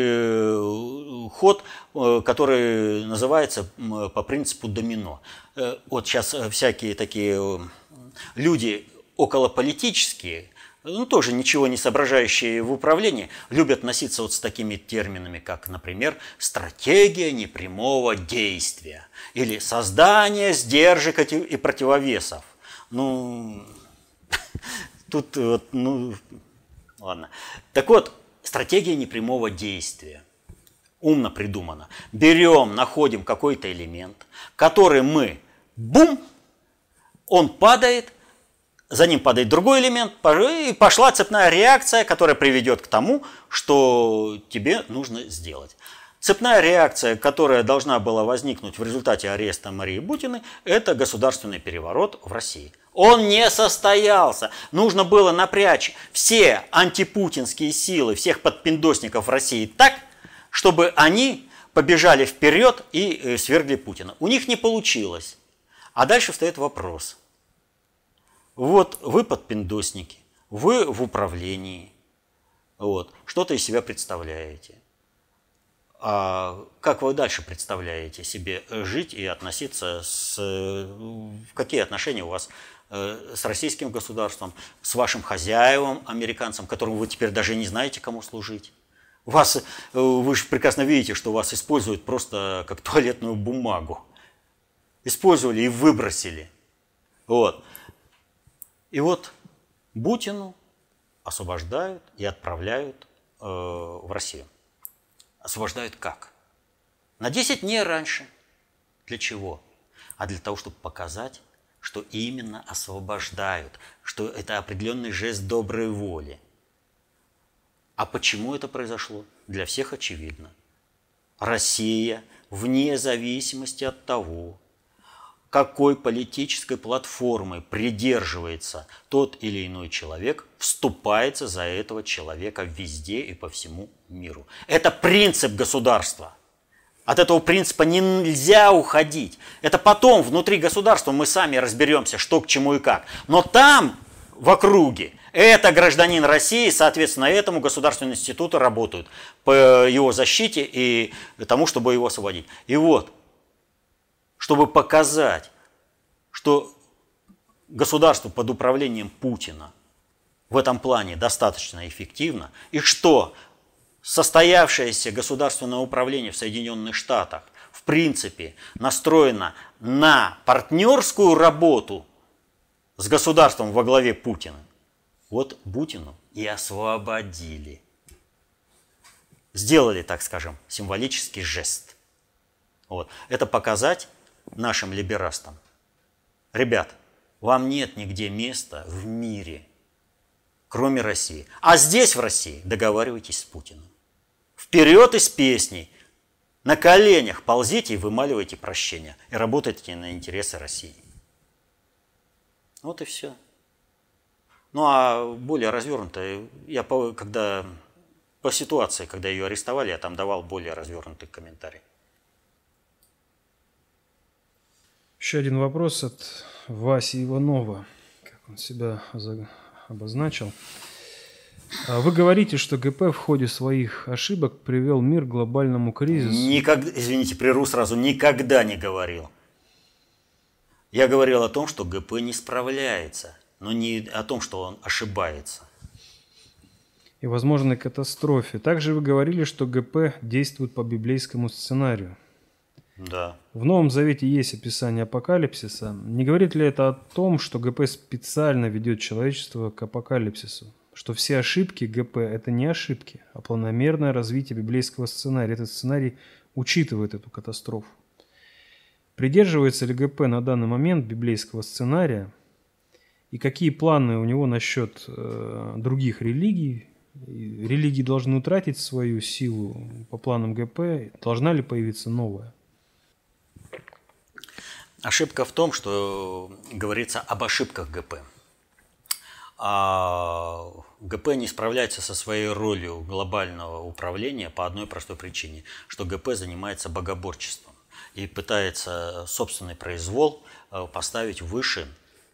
ход, который называется по принципу домино. Вот сейчас всякие такие люди околополитические, ну, тоже ничего не соображающие в управлении, любят носиться вот с такими терминами, как, например, стратегия непрямого действия или создание сдержек и противовесов. Ну, тут вот, ну, ладно. Так вот, стратегия непрямого действия. Умно придумано. Берем, находим какой-то элемент, который мы, бум, он падает, за ним падает другой элемент, и пошла цепная реакция, которая приведет к тому, что тебе нужно сделать. Цепная реакция, которая должна была возникнуть в результате ареста Марии Бутиной, это государственный переворот в России. Он не состоялся. Нужно было напрячь все антипутинские силы, всех подпиндосников в России так, чтобы они побежали вперед и свергли Путина. У них не получилось. А дальше встает вопрос. Вот вы подпиндосники, вы в управлении, вот, что-то из себя представляете. А как вы дальше представляете себе жить и относиться в какие отношения у вас с российским государством, с вашим хозяевом, американцам, которому вы теперь даже не знаете, кому служить? Вы же прекрасно видите, что вас используют просто как туалетную бумагу. Использовали и выбросили. Вот. И вот Бутину освобождают и отправляют в Россию. Освобождают как? На 10 дней раньше. Для чего? А для того, чтобы показать, что именно освобождают, что это определенный жест доброй воли. А почему это произошло? Для всех очевидно. Россия, вне зависимости от того, какой политической платформы придерживается тот или иной человек, вступается за этого человека везде и по всему миру. Это принцип государства. От этого принципа нельзя уходить. Это потом, внутри государства, мы сами разберемся, что к чему и как. Но там, в округе, это гражданин России, соответственно, этому государственные институты работают по его защите и тому, чтобы его освободить. И вот, чтобы показать, что государство под управлением Путина в этом плане достаточно эффективно, и что состоявшееся государственное управление в Соединенных Штатах в принципе настроено на партнерскую работу с государством во главе Путина, вот Путину и освободили. Сделали, так скажем, символический жест. Вот. Это показать нашим либерастам. Ребят, вам нет нигде места в мире, кроме России. А здесь, в России, договаривайтесь с Путиным. Вперед из песней. На коленях ползите и вымаливайте прощения. И работайте на интересы России. Вот и все. Ну, а более развернуто, я когда по ситуации, когда ее арестовали, я там давал более развернутый комментарий. Еще один вопрос от Васи Иванова, как он себя обозначил. Вы говорите, что ГП в ходе своих ошибок привел мир к глобальному кризису. Извините, прерву сразу, никогда не говорил. Я говорил о том, что ГП не справляется, но не о том, что он ошибается. И возможной катастрофе. Также вы говорили, что ГП действует по библейскому сценарию. Да. В Новом Завете есть описание апокалипсиса. Не говорит ли это о том, что ГП специально ведет человечество к апокалипсису? Что все ошибки ГП – это не ошибки, а планомерное развитие библейского сценария. Этот сценарий учитывает эту катастрофу. Придерживается ли ГП на данный момент библейского сценария? И какие планы у него насчет других религий? Религии должны утратить свою силу по планам ГП? Должна ли появиться новая? Ошибка в том, что говорится об ошибках ГП. А ГП не справляется со своей ролью глобального управления по одной простой причине, что ГП занимается богоборчеством и пытается собственный произвол поставить выше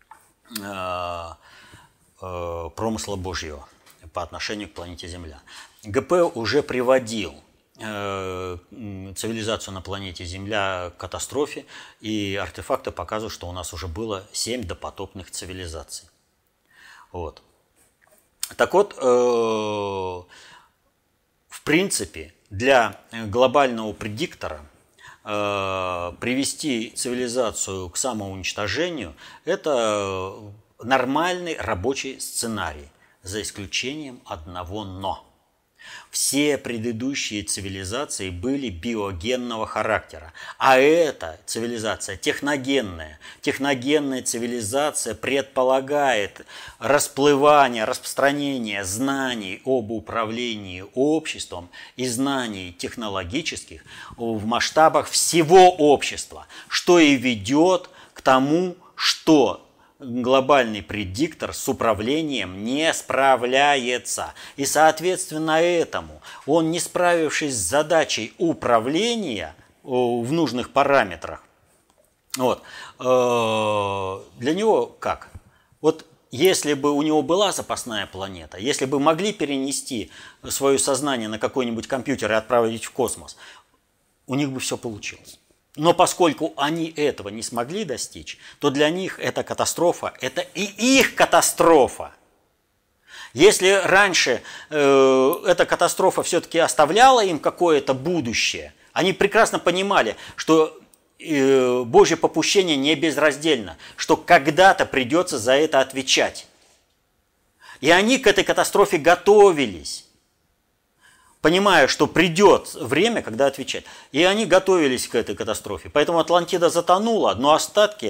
промысла Божьего по отношению к планете Земля. ГП уже приводил цивилизацию на планете Земля к катастрофе, и артефакты показывают, что у нас уже было 7 допотопных цивилизаций. Вот. Так вот, в принципе, для глобального предиктора привести цивилизацию к самоуничтожению – это нормальный рабочий сценарий, за исключением одного «но». Все предыдущие цивилизации были биогенного характера, а эта цивилизация техногенная. Техногенная цивилизация предполагает расплывание, распространение знаний об управлении обществом и знаний технологических в масштабах всего общества, что и ведет к тому, что глобальный предиктор с управлением не справляется. И соответственно этому он, не справившись с задачей управления в нужных параметрах, вот, для него как? Вот если бы у него была запасная планета, если бы могли перенести свое сознание на какой-нибудь компьютер и отправить в космос, у них бы все получилось. Но поскольку они этого не смогли достичь, то для них эта катастрофа – это и их катастрофа. Если раньше эта катастрофа все-таки оставляла им какое-то будущее, они прекрасно понимали, что Божье попущение не безраздельно, что когда-то придется за это отвечать. И они к этой катастрофе готовились, понимая, что придет время, когда отвечать. И они готовились к этой катастрофе. Поэтому Атлантида затонула, но остатки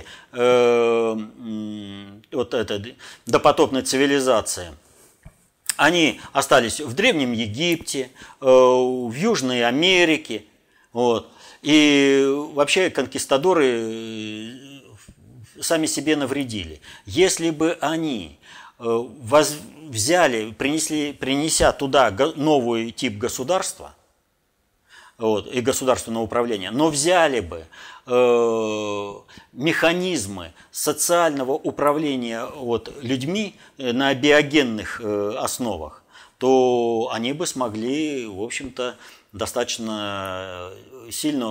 вот этой допотопной цивилизации, они остались в Древнем Египте, в Южной Америке. Вот. И вообще конкистадоры сами себе навредили. Если бы они принеся туда новый тип государства, вот, и государственного управления, но взяли бы механизмы социального управления вот, людьми на биогенных основах, то они бы смогли, в общем-то, достаточно сильно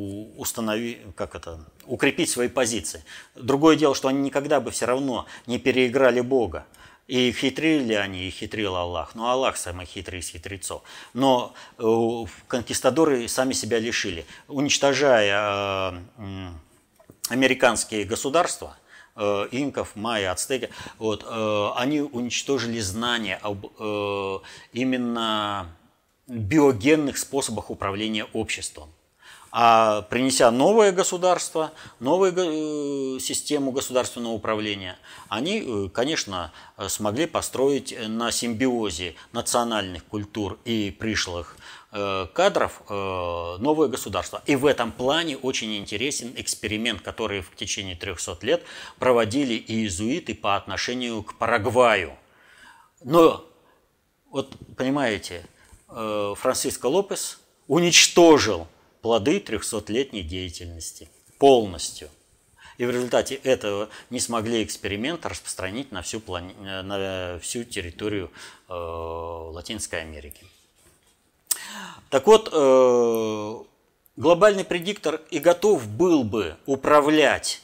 укрепить свои позиции. Другое дело, что они никогда бы все равно не переиграли Бога. И хитрили они, и хитрил Аллах. Но Аллах самый хитрый из хитрецов. Но конкистадоры сами себя лишили. Уничтожая американские государства, инков, майя, ацтеки, вот, они уничтожили знания об именно биогенных способах управления обществом. А принеся новое государство, новую систему государственного управления, они, конечно, смогли построить на симбиозе национальных культур и пришлых кадров новое государство. И в этом плане очень интересен эксперимент, который в течение 300 лет проводили иезуиты по отношению к Парагваю. Но, вот понимаете, Франсиско Лопес уничтожил плоды 300-летней деятельности полностью. И в результате этого не смогли эксперимент распространить на всю территорию Латинской Америки. Так вот, глобальный предиктор и готов был бы управлять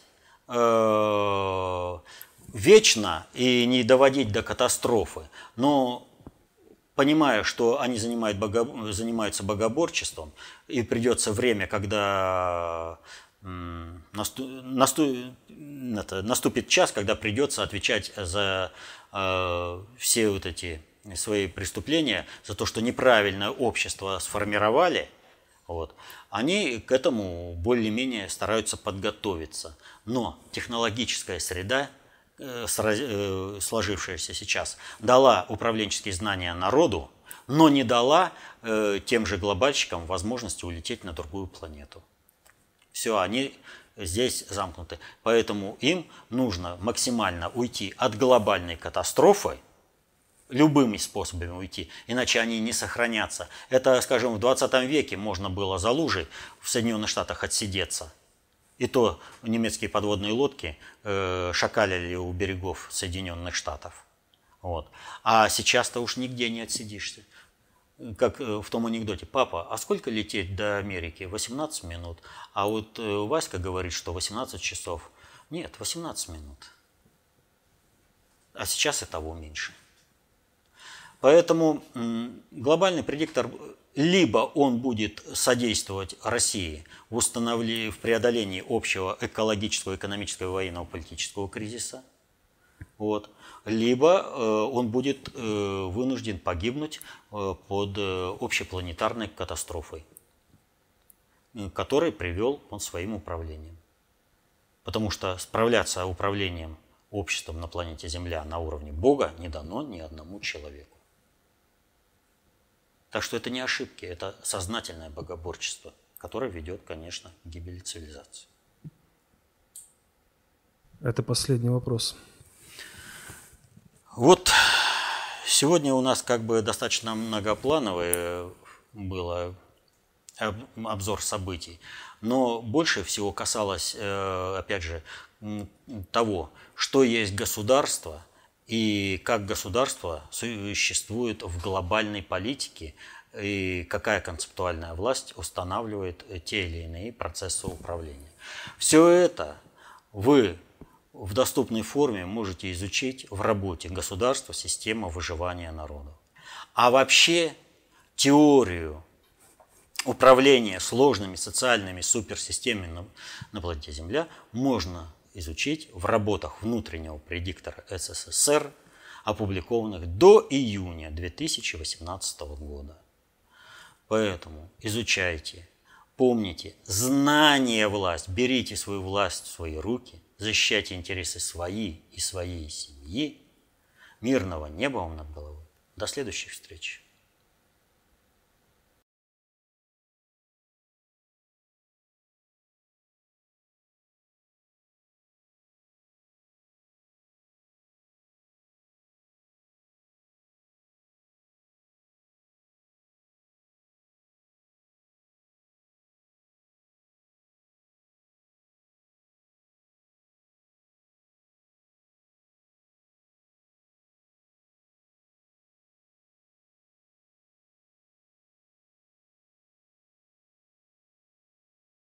вечно и не доводить до катастрофы, но понимая, что они занимаются богоборчеством, и придется время, когда наступит час, когда придется отвечать за все вот эти свои преступления, за то, что неправильное общество сформировали, вот, они к этому более-менее стараются подготовиться. Но технологическая среда, сложившаяся сейчас, дала управленческие знания народу, но не дала тем же глобальщикам возможности улететь на другую планету. Все, они здесь замкнуты. Поэтому им нужно максимально уйти от глобальной катастрофы, любыми способами уйти, иначе они не сохранятся. Это, скажем, в 20 веке можно было за лужей в Соединенных Штатах отсидеться. И то немецкие подводные лодки шакалили у берегов Соединенных Штатов. Вот. А сейчас-то уж нигде не отсидишься. Как в том анекдоте: папа, а сколько лететь до Америки? 18 минут. А вот Васька говорит, что 18 часов. Нет, 18 минут. А сейчас и того меньше. Поэтому глобальный предиктор, либо он будет содействовать России в преодолении общего экологического, экономического, военного, политического кризиса, вот, либо он будет вынужден погибнуть под общепланетарной катастрофой, которой привел он своим управлением. Потому что справляться управлением обществом на планете Земля на уровне Бога не дано ни одному человеку. Так что это не ошибки, это сознательное богоборчество, которое ведет, конечно, к гибели цивилизации. Это последний вопрос. Вот сегодня у нас как бы достаточно многоплановый был обзор событий, но больше всего касалось, опять же, того, что есть государство и как государство существует в глобальной политике и какая концептуальная власть устанавливает те или иные процессы управления. Все это вы в доступной форме можете изучить в работе «Государство. Система выживания народов». А вообще теорию управления сложными социальными суперсистемами на планете Земля можно изучить в работах внутреннего предиктора СССР, опубликованных до июня 2018 года. Поэтому изучайте, помните, знание – власть, берите свою власть в свои руки, защищайте интересы свои и своей семьи. Мирного неба вам над головой. До следующих встреч.